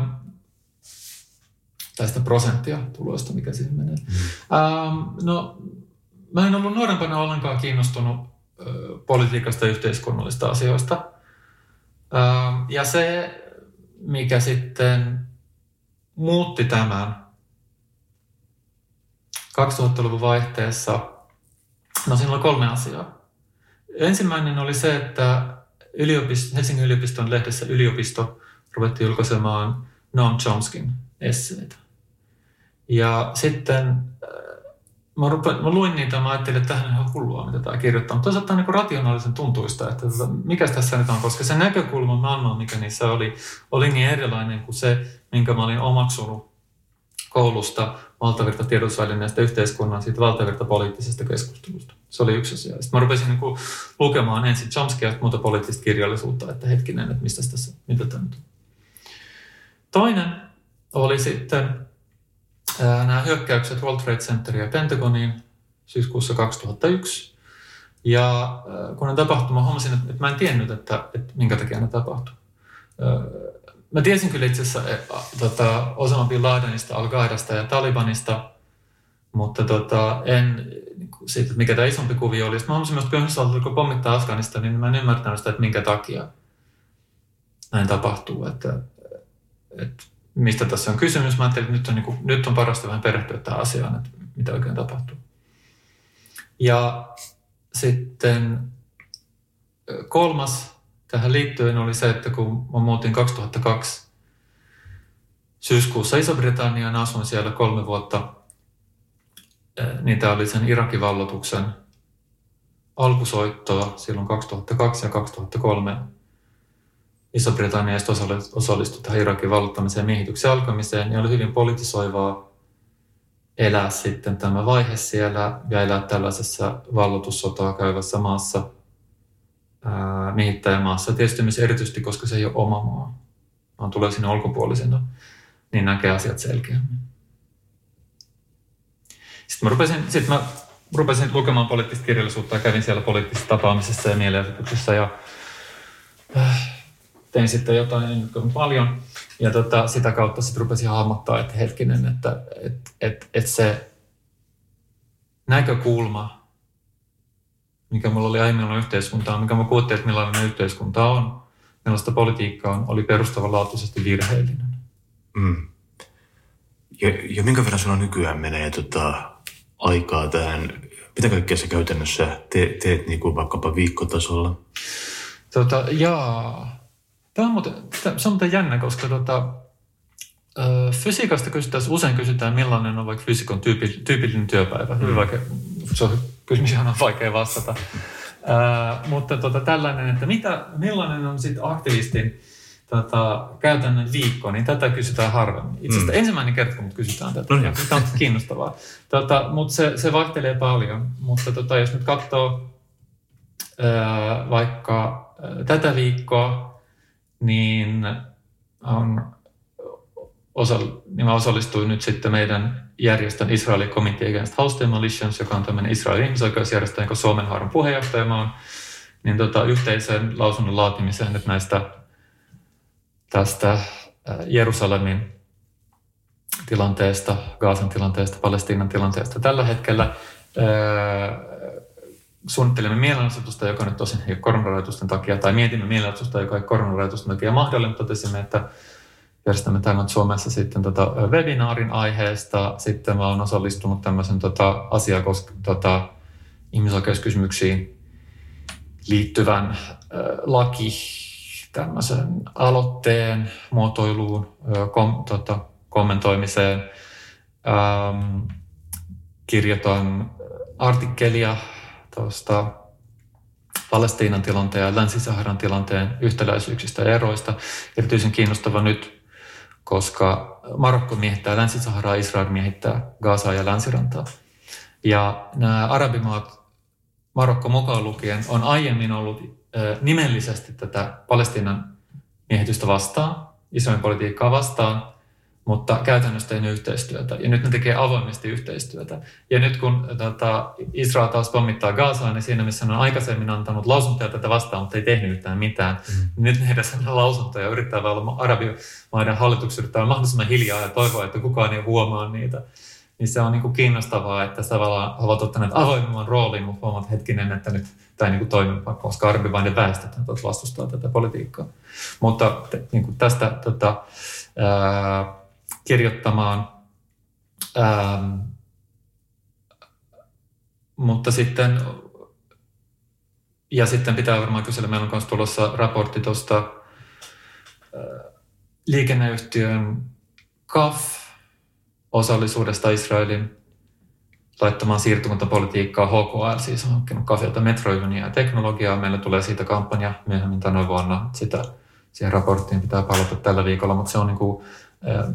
tästä prosenttia tuloista, mikä siihen menee. Mm. Ähm, no, mä en ollut nuorempana ollenkaan kiinnostunut äh, politiikasta ja yhteiskunnallista asioista. Ähm, ja se, mikä sitten muutti tämän kaksituhattaluvun vaihteessa, no siinä oli kolme asiaa. Ensimmäinen oli se, että yliopisto, Helsingin yliopiston lehdessä Yliopisto ruvettiin julkaisemaan Noam Chomskyn esseitä. Ja sitten mä, rupein, mä luin niitä ja mä ajattelin, että tähän on ihan hullua, mitä tämä kirjoittaa. Mutta toisaalta niin kuin rationaalisen tuntuista, että mikä tässä nyt on, koska se näkökulma maailmaan, mikä niissä oli, oli niin erilainen kuin se, minkä mä olin omaksunut koulusta, valtavirta tiedotusvälineestä, yhteiskunnan, siitä valtavirta poliittisesta keskustelusta. Se oli yksi asia. Sitten mä rupesin niin kuin lukemaan ensin Chomskya ja muuta poliittista kirjallisuutta, että hetkinen, että mistä tässä, mitä tämä nyt on. Toinen oli sitten ää, nämä hyökkäykset World Trade Centeriin ja Pentagoniin syyskuussa kaksituhattayksi. Ja kun ne tapahtui, mä huomasin, että, että mä en tiennyt, että, että minkä takia ne tapahtui. Mä tiesin kyllä itse asiassa tota, Osama Bin Ladenista, Al-Qaidasta ja Talibanista, mutta tota, en siitä, että mikä tämä isompi kuvio oli. Sitten mä huomasin, että kun Yhdysvallat alkoi pommittaa Afganistania, niin mä en ymmärtänyt sitä, että minkä takia näin tapahtuu. Että, että mistä tässä on kysymys. Mä ajattelin, että nyt on, niin kuin, nyt on parasta vähän perehtyä tähän asiaan, että mitä oikein tapahtuu. Ja sitten kolmas tähän liittyen oli se, että kun mä muutin kaksituhattakaksi syyskuussa Iso-Britanniaan, asuin siellä kolme vuotta, niin tämä oli sen Irakin valloituksen alkusoittoa silloin kaksituhattakaksi ja kaksituhattakolme. Iso-Britannia osallistui tähän Irakin valloittamiseen ja miehityksen alkamiseen, ja oli hyvin politisoivaa elää sitten tämä vaihe siellä ja elää tällaisessa valloitussotaa käyvässä maassa, ää, miehittäjämaassa. Tietysti myös erityisesti, koska se ei ole oma maa, vaan tulee sinne ulkopuolisena, niin näkee asiat selkeämmin. Sitten mä rupesin, sitten mä rupesin lukemaan poliittista kirjallisuutta ja kävin siellä poliittisessa tapaamisessa ja mielenosoituksessa ja äh, tein sitten jotain, en nyt paljon. Ja tota, sitä kautta sitten rupesin hahmottaa, että hetkinen, että et, et, et se näkökulma, mikä mulla oli aiemmin ollut yhteiskuntaa, mikä mä kuultiin, että millainen yhteiskunta on, millaista politiikkaa on, oli perustavanlaatuisesti virheellinen. Mm. Ja, ja minkä verran sinulla nykyään menee tota, aikaa tähän, mitä kaikkea sä käytännössä te, teet niin kuin vaikkapa viikkotasolla? Tota, jaa. Tämä on muuten, tämä on muuten jännä, koska tota, ö, fysiikasta kysytään, usein kysytään, millainen on vaikka fysikon tyypi, tyypillinen työpäivä. Mm. Vaikea, se on kysymys, johon on vaikea vastata. Ö, mutta tota, tällainen, että mitä, millainen on sitten aktivistin tota, käytännön viikko, niin tätä kysytään harvemmin. Itse asiassa mm. ensimmäinen kerta, kun kysytään tätä. No, tämä on kiinnostavaa. Tota, mutta se, se vaihtelee paljon. Mutta tota, jos nyt katsoo ö, vaikka ö, tätä viikkoa, niin, on osa, niin mä osallistuin nyt sitten meidän järjestön Israelin Committee Against House Demolitions, joka on tämmöinen Israelin ihmisoikeusjärjestö, jonka Suomen haaran puheenjohtaja mä oon, niin tota, yhteisen lausunnon laatimiseen nyt näistä tästä Jerusalemin tilanteesta, Gazan tilanteesta, Palestiinan tilanteesta tällä hetkellä. Suunnittelemme mielenosoitusta, joka nyt tosin ei ole koronarajoitusten takia, tai mietimme mielenosoitusta, joka ei ole koronarajoitusten takia mahdollinen. Totesimme, että järjestämme tämän Suomessa sitten tota webinaarin aiheesta. Sitten mä olen osallistunut tämmöisen tota asiaa koska tota, ihmisoikeuskysymyksiin liittyvän äh, laki tämmöisen aloitteen muotoiluun, äh, kom, tota, kommentoimiseen. Ähm, kirjoitan artikkelia tuosta Palestiinan tilanteen ja Länsi-Saharan tilanteen yhtäläisyyksistä ja eroista. Erityisen kiinnostava nyt, koska Marokko miehittää Länsi-Saharaa, Israel miehittää Gazaa ja Länsirantaa. Ja nämä arabimaat, Marokko mukaan lukien, on aiemmin ollut äh, nimellisesti tätä Palestiinan miehitystä vastaan, Israelin politiikkaa vastaan, mutta käytännössä tehnyt yhteistyötä. Ja nyt ne tekee avoimesti yhteistyötä. Ja nyt kun tota, Israel taas pommittaa Gazaa, niin siinä missä ne on aikaisemmin antanut lausuntoja tätä vastaan, mutta ei tehnyt yhtään mitään. Mm. Nyt ne edes antaa lausuntoja, yrittää olla arabimaiden hallitukset, yrittää olla mahdollisimman hiljaa ja toivoa, että kukaan ei huomaa niitä. Niin se on niin kuin kiinnostavaa, että tavallaan ovat ottaneet avoimemman roolin, mutta huomaat hetkinen, että nyt tämä ei niin toimi, koska arabimaiden väestöt vastustaa tätä politiikkaa. Mutta niin kuin tästä tota, ää, kirjoittamaan. Ähm, mutta sitten, ja sitten pitää varmaan kysellä, meillä on myös tulossa raportti tuosta äh, liikenneyhtiön C A F-osallisuudesta Israelin laittamaan siirtymäpolitiikkaa. H K L siis on hankkinut C A Filta metrojunia ja teknologiaa. Meillä tulee siitä kampanja myöhemmin tänä vuonna. Sitä, siihen raporttiin pitää palata tällä viikolla, mutta se on niin kuin äh,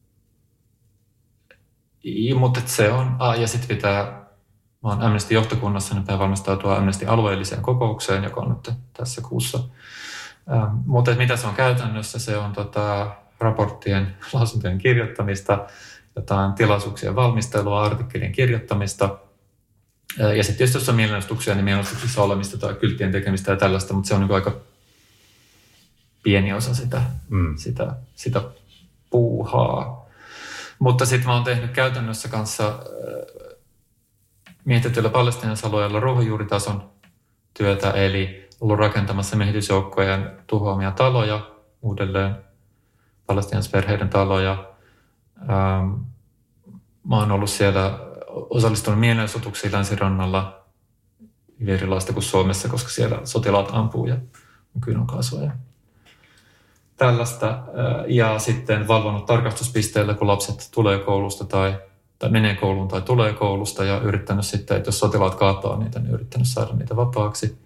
mutta se on, ah, ja sitten pitää, mä oon Amnesty johtokunnassa, niin pitää valmistautua Amnesty alueelliseen kokoukseen, joka on nyt tässä kuussa. Ähm, mutta mitä se on käytännössä, se on tota, raporttien, lausuntojen kirjoittamista, jotain tilaisuuksien valmistelua, artikkelien kirjoittamista Ja sitten tietysti jos on mielenosoituksia, niin mielenosoituksissa olemista tai kylttien tekemistä ja tällaista, mutta se on niin aika pieni osa sitä, mm. sitä, sitä puuhaa. Mutta sitten mä oon tehnyt käytännössä kanssa äh, miehitetyillä palestiinalaisalueilla ruohonjuuritason työtä, eli ollut rakentamassa miehitysjoukkojen tuhoamia taloja uudelleen, palestiinalaisperheiden taloja. Ähm, mä oon ollut siellä osallistunut mielenosoituksiin länsirannalla hyvin erilaista kuin Suomessa, koska siellä sotilaat ampuu ja on kyynelkaasua. Tällaista. Ja sitten valvonnut tarkastuspisteillä, kun lapset tulee koulusta tai, tai menee kouluun tai tulee koulusta ja yrittänyt sitten, että jos sotilaat kaataa niitä, niin yrittänyt saada niitä vapaaksi.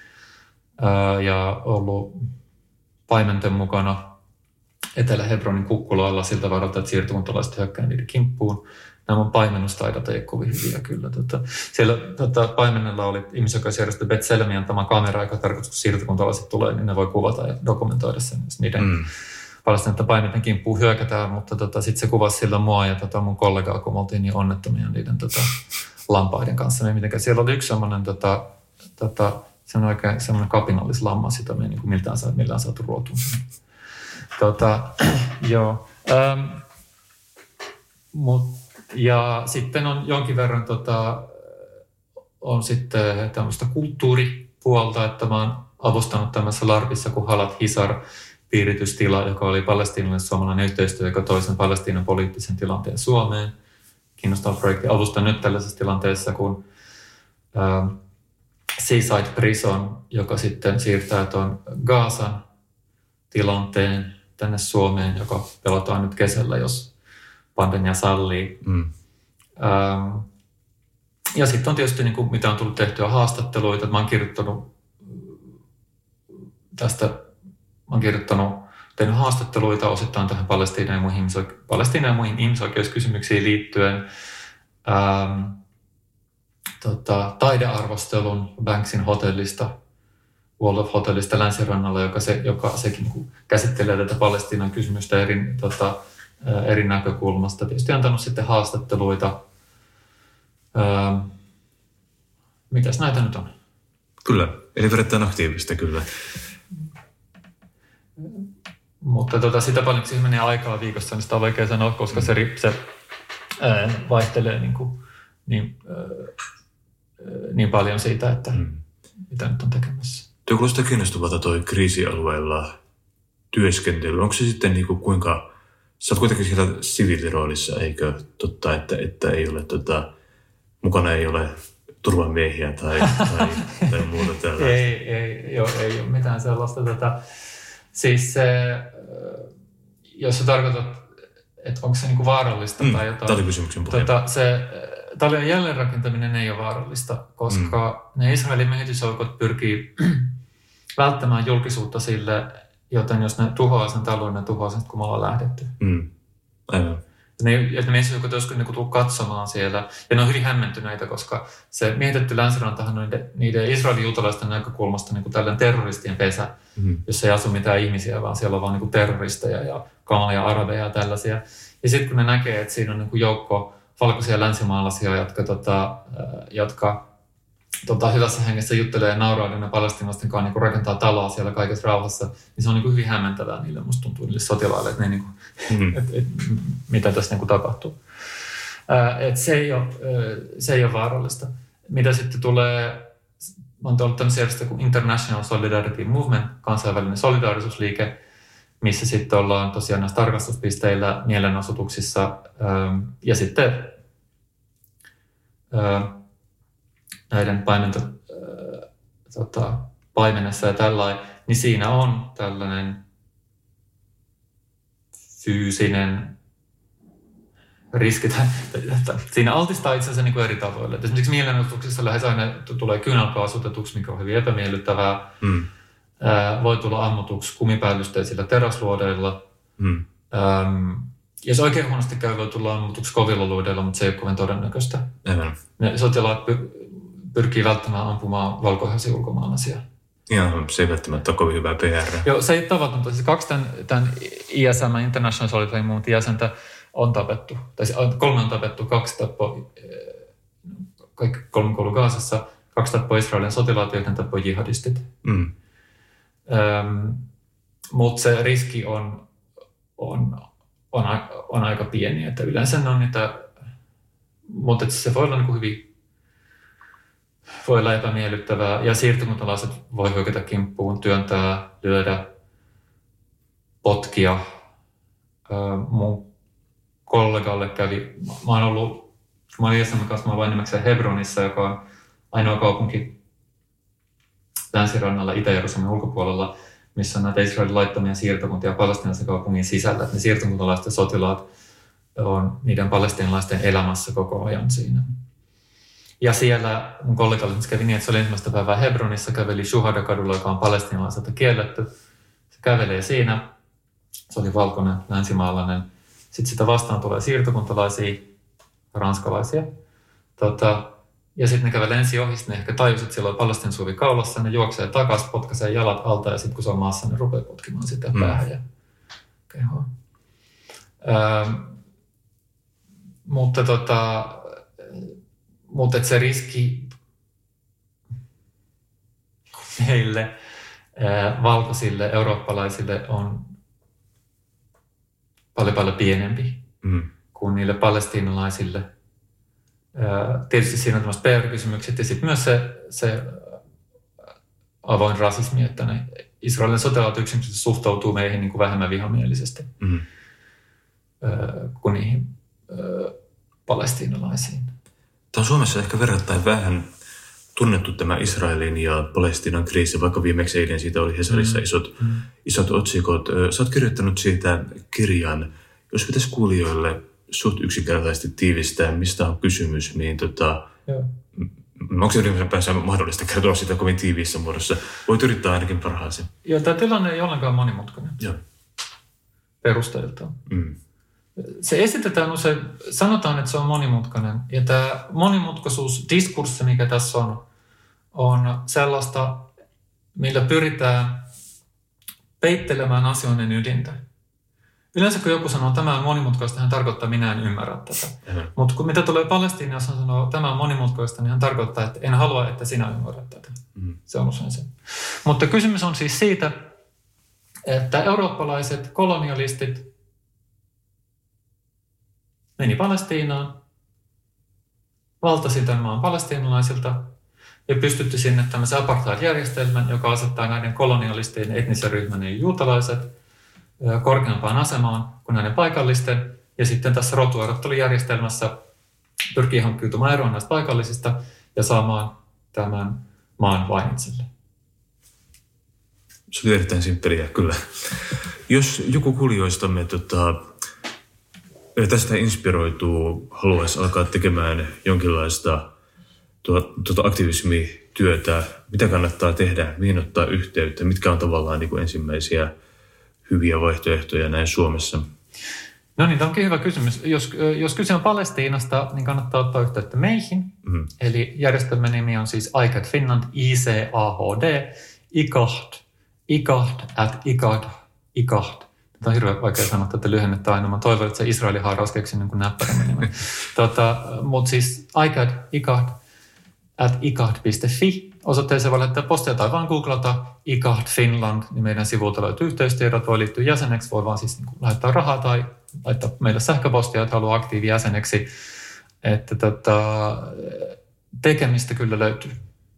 Ja ollut paimenten mukana Etelä-Hebronin kukkulaalla siltä varalta, että siirtokuntalaiset hyökkää niiden kimppuun. Nämä mun paimennustaidot ei kovin hyviä kyllä. Tota, siellä tota, paimennella oli ihmisoikeusjärjestö Betselemi antama kamera, joka tarkoitus, kun siirtokuntalaiset tulee, niin ne voi kuvata ja dokumentoida sen, jos niiden mm. palestiinalaisten paimenten kimppuun hyökätään. Mutta tota, sitten se kuvasi sillä mua ja tota, mun kollegaa, kun me oltiin niin onnettomia niiden tota, lampaiden kanssa. Me mitenkään. Siellä oli yksi semmoinen tota, tota, oikein semmoinen kapinallislammas, jota me ei niin kuin miltään, saa, millään saatu ruotuun. Tota, joo. Ähm, mut, ja sitten on jonkin verran tota, on sitten tämmöistä kulttuuripuolta, että mä oon avustanut tämmöisessä LARPissa kuin Halat Hisar piiritystila, joka oli palestiinalainen suomalainen yhteistyö, joka toi sen Palestiinan poliittisen tilanteen Suomeen. Kiinnostava projekti. Avustan nyt tällaisessa tilanteessa kuin ähm, Seaside Prison, joka sitten siirtää tuon Gazan tilanteen tänne Suomeen, joka pelataan nyt kesällä, jos pandemia sallii. Mm. Ähm, ja sitten on tietysti, niin kuin, mitä on tullut tehtyä haastatteluita. Mä oon kirjoittanut tästä, mä oon kirjoittanut, tehnyt haastatteluita osittain tähän Palestiinan ja muihin, Palestiinan ja muihin ihmisoikeuskysymyksiin liittyen. Ähm, tota, taidearvostelun Banksin hotellista, Wall of Hotellista Länsirannalla, joka, se, joka sekin niin kuin käsittelee tätä Palestiinan kysymystä eri, tota, eri näkökulmasta. Tietysti antanut sitten haastatteluita. Öö, mitäs näitä nyt on? Kyllä, eli verrattuna aktiivista kyllä. Mutta tota, sitä paljon, kun siihen menee aikaa viikossa, niin sitä on vaikea sanoa, koska mm. se, se ää, vaihtelee niin, kuin, niin, ää, niin paljon siitä, että mm. mitä nyt on tekemässä. Tuo kuulostaa kiinnostavalta toi kriisialueella työskentely. Onko se sitten niin kuin kuinka, sä oot kuitenkin siellä siviiliroolissa, eikö totta, että, että ei ole, tota, mukana ei ole turvamiehiä tai, tai, tai muuta tällaista? ei, ei, joo, ei ole mitään sellaista. Tota, siis se, jos sä tarkoitat, että onko se niinku vaarallista mm, tai jotain. Tämä oli kysymyksen pohja. Tota, se talojen jälleenrakentaminen ei ole vaarallista, koska mm. ne Israelin miehitysjoukot pyrkii välttämään julkisuutta sille, joten jos ne tuhoaa sen talon, ne tuhoaa sen, kun me ollaan lähdetty. Mm. Aivan. Ne, ne miehitysjoukot joskus niin tuu katsomaan siellä, ja ne on hyvin hämmentyneitä, koska se miehitetty länsirantahan on niiden, niiden Israelin juutalaisten näkökulmasta niin kuin tällainen terroristien pesä, mm. jossa ei asu mitään ihmisiä, vaan siellä on vaan niin kuin terroristeja ja kamalia arabeja ja tällaisia. Ja sitten kun ne näkee, että siinä on niin kuin joukko valkoisia länsimaalaisia, jotka, tota, jotka tota, hyvässä hengessä juttelee ja nauraa ne palestiinalaisten kanssa niin rakentaa taloa siellä kaikessa rauhassa, niin se on niin kuin hyvin hämmentävää niille, musta tuntuu niille sotilaille, että ne, niin kuin, mm. et, et, mitä tässä niin kuin tapahtuu. Ää, et se, ei ole, se ei ole vaarallista. Mitä sitten tulee, on ollut tämmöisiä järjestöjä kuin International Solidarity Movement, kansainvälinen solidaarisuusliike, missä sitten ollaan tosiaan näissä tarkastuspisteillä, mielenosoituksissa ja sitten näiden paimento, tota, paimenessa ja tällainen, niin siinä on tällainen fyysinen riski, että siinä altistaa itse asiassa niin kuin eri tavoille. Esimerkiksi mielenosoituksissa lähes aina tulee kyynelkaasutetuksi, mikä on hyvin epämiellyttävää. Mm. Voi tulla ammutuksi kumipäällysteisillä teräsluodeilla. Mm. Ähm, jos oikein huonosti käy, voi tulla ammutuksi kovilla luodeilla, mutta se ei ole kovin todennäköistä. Mm. Ne sotilaat py- pyrkii välttämään ampumaan valkoihaisia ulkomaalaisia. Joo, se ei välttämättä ole kovin hyvää P R. Joo, se ei tavatonta. Siis kaksi tämän, tämän I S M, International Solidarity Movement jäsentä on tapettu. Tai kolme on tapettu, kaksi tappoi kaikki kolme kuollut Gazassa, kaksi tappoi Israelin sotilaat ja yhden tappoi jihadistit. Mm. Öm, mutta se riski on, on, on, on aika pieni, että yleensä ne on niitä, mutta se voi olla niin kuin hyvin, voi olla epämiellyttävää ja siirtokuntalaiset voi hyökätä kimppuun, työntää, lyödä, potkia. Öö, mun kollegalle kävi, mä oon ollut, mä olin Jesamin kanssa, mä oon vain nimekseen Hebronissa, joka on ainoa kaupunki länsirannalla Itä-Jerusalemin ulkopuolella, missä on näitä Israelin laittomia siirtokuntia palestiinalaisen kaupungin sisällä. Että ne siirtokuntalaiset sotilaat on niiden palestiinalaisten elämässä koko ajan siinä. Ja siellä mun kollegalle kävi niin, että se oli ensimmäistä päivää Hebronissa, käveli Shuhada-kadulla, joka on palestiinalaiselta kielletty. Se kävelee siinä. Se oli valkoinen, länsimaalainen. Sitten sitä vastaan tulee siirtokuntalaisia, ranskalaisia. Tota, ja sitten ne kävelee ensin ohi, ne ehkä tajus, että siellä on palestin suvi kaulassa, ne juoksee takaisin, potkaisee jalat alta ja sitten kun se on maassa, ne rupeaa potkimaan sitä mm. päähän ja kehoa. Ähm, mutta tota, mutta se riski meille, äh, valkoisille, eurooppalaisille on paljon paljon pienempi mm. kuin niille palestiinalaisille. Tietysti siinä on tämmöiset P R-kysymykset ja sitten myös se, se avoin rasismi, että ne Israelin sotilaat yksinkertaisesti suhtautuu meihin niin kuin vähemmän vihamielisesti mm. kuin niihin palestiinalaisiin. Tämä on Suomessa ehkä verrattain vähän tunnettu tämä Israelin ja Palestiinan kriisi, vaikka viimeksi eilen siitä oli Hesarissa mm. isot, mm. isot otsikot. Sä oot kirjoittanut siitä kirjan. Jos pitäisi kuulijoille suht yksinkertaisesti tiivistää, mistä on kysymys, niin tota, onko se ylipäänsä mahdollista kertoa sitä kovin tiiviissä muodossa? Voit yrittää ainakin parhaasi. Joo, tämä tilanne ei ollenkaan monimutkainen. Joo. Perusteiltaan. Mm. Se esitetään usein, sanotaan, että se on monimutkainen. Ja tämä monimutkaisuus, diskurssi, mikä tässä on, on sellaista, millä pyritään peittelemään asioiden ydintä. Yleensä kun joku sanoo, että tämä on monimutkaista, hän tarkoittaa, että minä en ymmärrä tätä. Mm-hmm. Mutta kun mitä tulee Palestiinaan, jos hän sanoo, että tämä on monimutkaista, niin hän tarkoittaa, että en halua, että sinä ymmärrät tätä. Mm-hmm. Se on usein se. Mutta kysymys on siis siitä, että eurooppalaiset kolonialistit meni Palestiinaan, valtasi tämän maan palestiinalaisilta ja pystytti sinne tämmöisen apartheid-järjestelmän, joka asettaa näiden kolonialistien etnisen ryhmän eli juutalaiset korkeampaan asemaan kuin näiden paikallisten. Ja sitten tässä rotuerottelujärjestelmässä pyrkii hankkiutumaan eroon näistä paikallisista ja saamaan tämän maan vain itselle. Se oli erittäin simppeliä, kyllä. Jos joku kuulijoistamme tota, tästä inspiroituu, haluaisi alkaa tekemään jonkinlaista tuota aktivismityötä, mitä kannattaa tehdä, mihin ottaa yhteyttä, mitkä on tavallaan niin kuin ensimmäisiä hyviä vaihtoehtoja näin Suomessa? No niin, tämä onkin hyvä kysymys. Jos, jos kyse on Palestiinasta, niin kannattaa ottaa yhteyttä meihin. Mm-hmm. Eli järjestelmän nimi on siis I C A D Finland, I C A H D, I C A D, I C A D at I C A D, I C A D. Tämä on hirveän vaikea sanoa tätä lyhennettä aina. Mä toivon, että se Israelin haaraus keksi niin kuin näppärämmin nimen. tota, Mutta siis I C A D, I C A D at I C A D piste F I. Osoitteeseen voi laittaa postia tai vaan googlata I C A D Finland, niin meidän sivulta löytyy yhteystiedot, voi liittyä jäseneksi, voi vaan siis niin kuin laittaa rahaa tai laittaa meille sähköpostia, että haluaa aktiivijäseneksi. Että tota, tekemistä kyllä löytyy.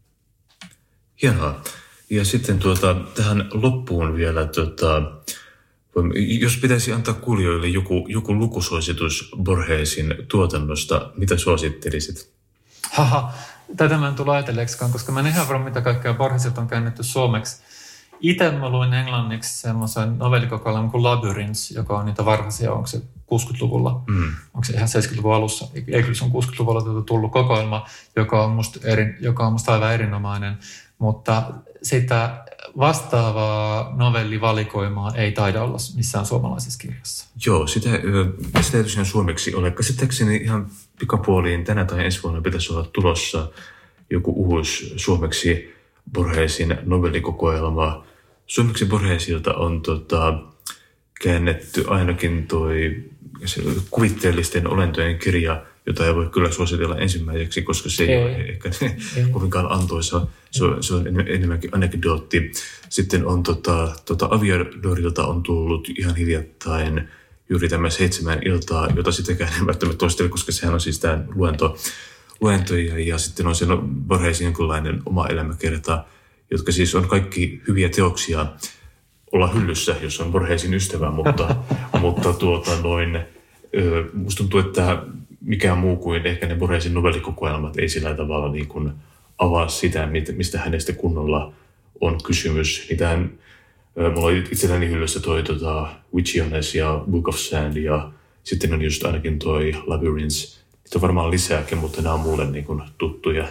Hienoa. Ja sitten tuota, tähän loppuun vielä, tuota, jos pitäisi antaa kuulijoille joku, joku lukusuositus Borgesin tuotannosta, mitä suosittelisit? Haha. Tätä mä en tule ajatelleeksikaan, koska mä en ihan varma, mitä kaikkea Borgesilta on käännetty suomeksi. Itse mä luin englanniksi semmoisen novellikokoelman kuin Labyrinths, joka on niitä varhaisia, onko se kuusikymmentäluvulla, mm. onko se ihan seitsemänkymmentäluvun alussa, ei kyllä se on kuusikymmentäluvulla tullut kokoelma, joka on musta, eri, joka on musta aivan erinomainen, mutta sitä vastaavaa novellivalikoimaa ei taida olla missään suomalaisessa kirjassa. Joo, sitä, sitä ei tosiaan suomeksi ole. Käsittääkseni ihan pikapuoliin tänä tai ensi vuonna pitäisi olla tulossa joku uusi suomeksi Borgesin novellikokoelma. Suomeksi Borgesilta on tota, käännetty ainakin toi kuvitteellisten olentojen kirja, jota ei voi kyllä suositella ensimmäiseksi, koska se ei, ei. ole ehkä kovinkaan antoisa. Se on, se on enemmänkin anekdootti. Sitten on tota, tota Aviadorilta on tullut ihan hiljattain juuri tämä Seitsemän iltaa, jota sitäkään en välttämättä toistele, koska sehän on siis tämä luento, luentoja ja sitten on se Borgesin jonkinlainen oma elämäkerta, jotka siis on kaikki hyviä teoksia olla hyllyssä, jos on Borgesin ystävä, mutta, mutta tuota noin, musta tuntuu, että mikään muu kuin ehkä ne Borgesin novellikokoelmat ei sillä tavalla niin kuin avaa sitä, mistä hänestä kunnolla on kysymys. Niitähän, mulla oli itselläni hyllyssä toi tota, Witchioness ja Book of Sand ja sitten on just ainakin toi Labyrinth. Niitä on varmaan lisääkin, mutta nämä on mulle niin kuin tuttuja.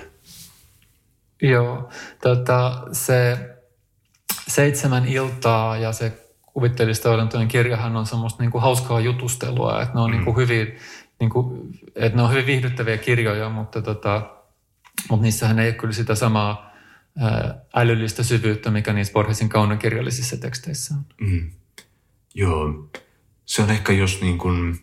Joo, tota, se Seitsemän iltaa ja se kuvitteellista olentojen kirjahan on semmoista niin kuin hauskaa jutustelua, että ne on, mm. niin kuin hyvin, niin kuin, että ne on hyvin viihdyttäviä kirjoja, mutta, tota, mutta niissähän ei ole kyllä sitä samaa ää, älyllistä syvyyttä, mikä niissä Borgesin kaunokirjallisissa teksteissä on. Mm. Joo, se on ehkä jos niin kuin,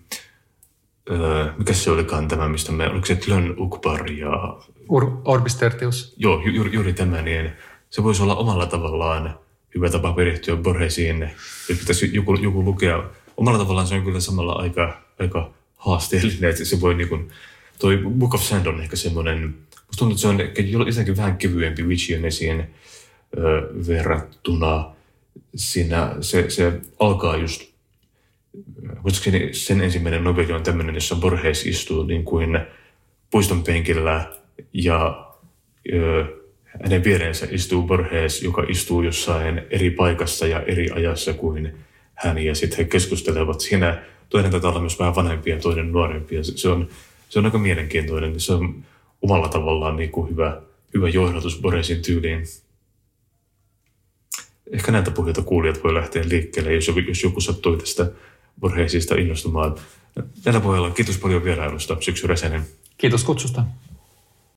äh, mikä se olikaan tämä, mistä me, oliko se Tlön Ukbar ja Ur- Orbis Tertius. Joo, ju- juuri tämä, niin se voisi olla omalla tavallaan hyvä tapa perehtyä Borgesiin. Jos pitäisi joku, joku lukea, omalla tavallaan se on kyllä samalla aika, aika haasteellinen, että se voi niin kuin, toi Book of Sand on ehkä semmoinen, musta tuntuu, että se on ehkä jotenkin vähän kevyempi Witchionessiin verrattuna. Siinä se, se alkaa just, muistaakseni sen ensimmäinen novelli on tämmöinen, jossa Borges istuu niin kuin puiston penkillä ja ö, hänen viereensä istuu Borges, joka istuu jossain eri paikassa ja eri ajassa kuin hän. Ja sitten he keskustelevat siinä. Toinen taitaa olla myös vähän vanhempia ja toinen nuorempia. Se on, se on aika mielenkiintoinen. Se on omalla tavallaan niin kuin hyvä, hyvä johdatus Borgesin tyyliin. Ehkä näitä pohjalta kuulijat voi lähteä liikkeelle, jos joku, jos joku sattui tästä Borgesista innostumaan. Näillä pohjalla kiitos paljon vierailusta, Syksy Räsänen. Kiitos kutsusta.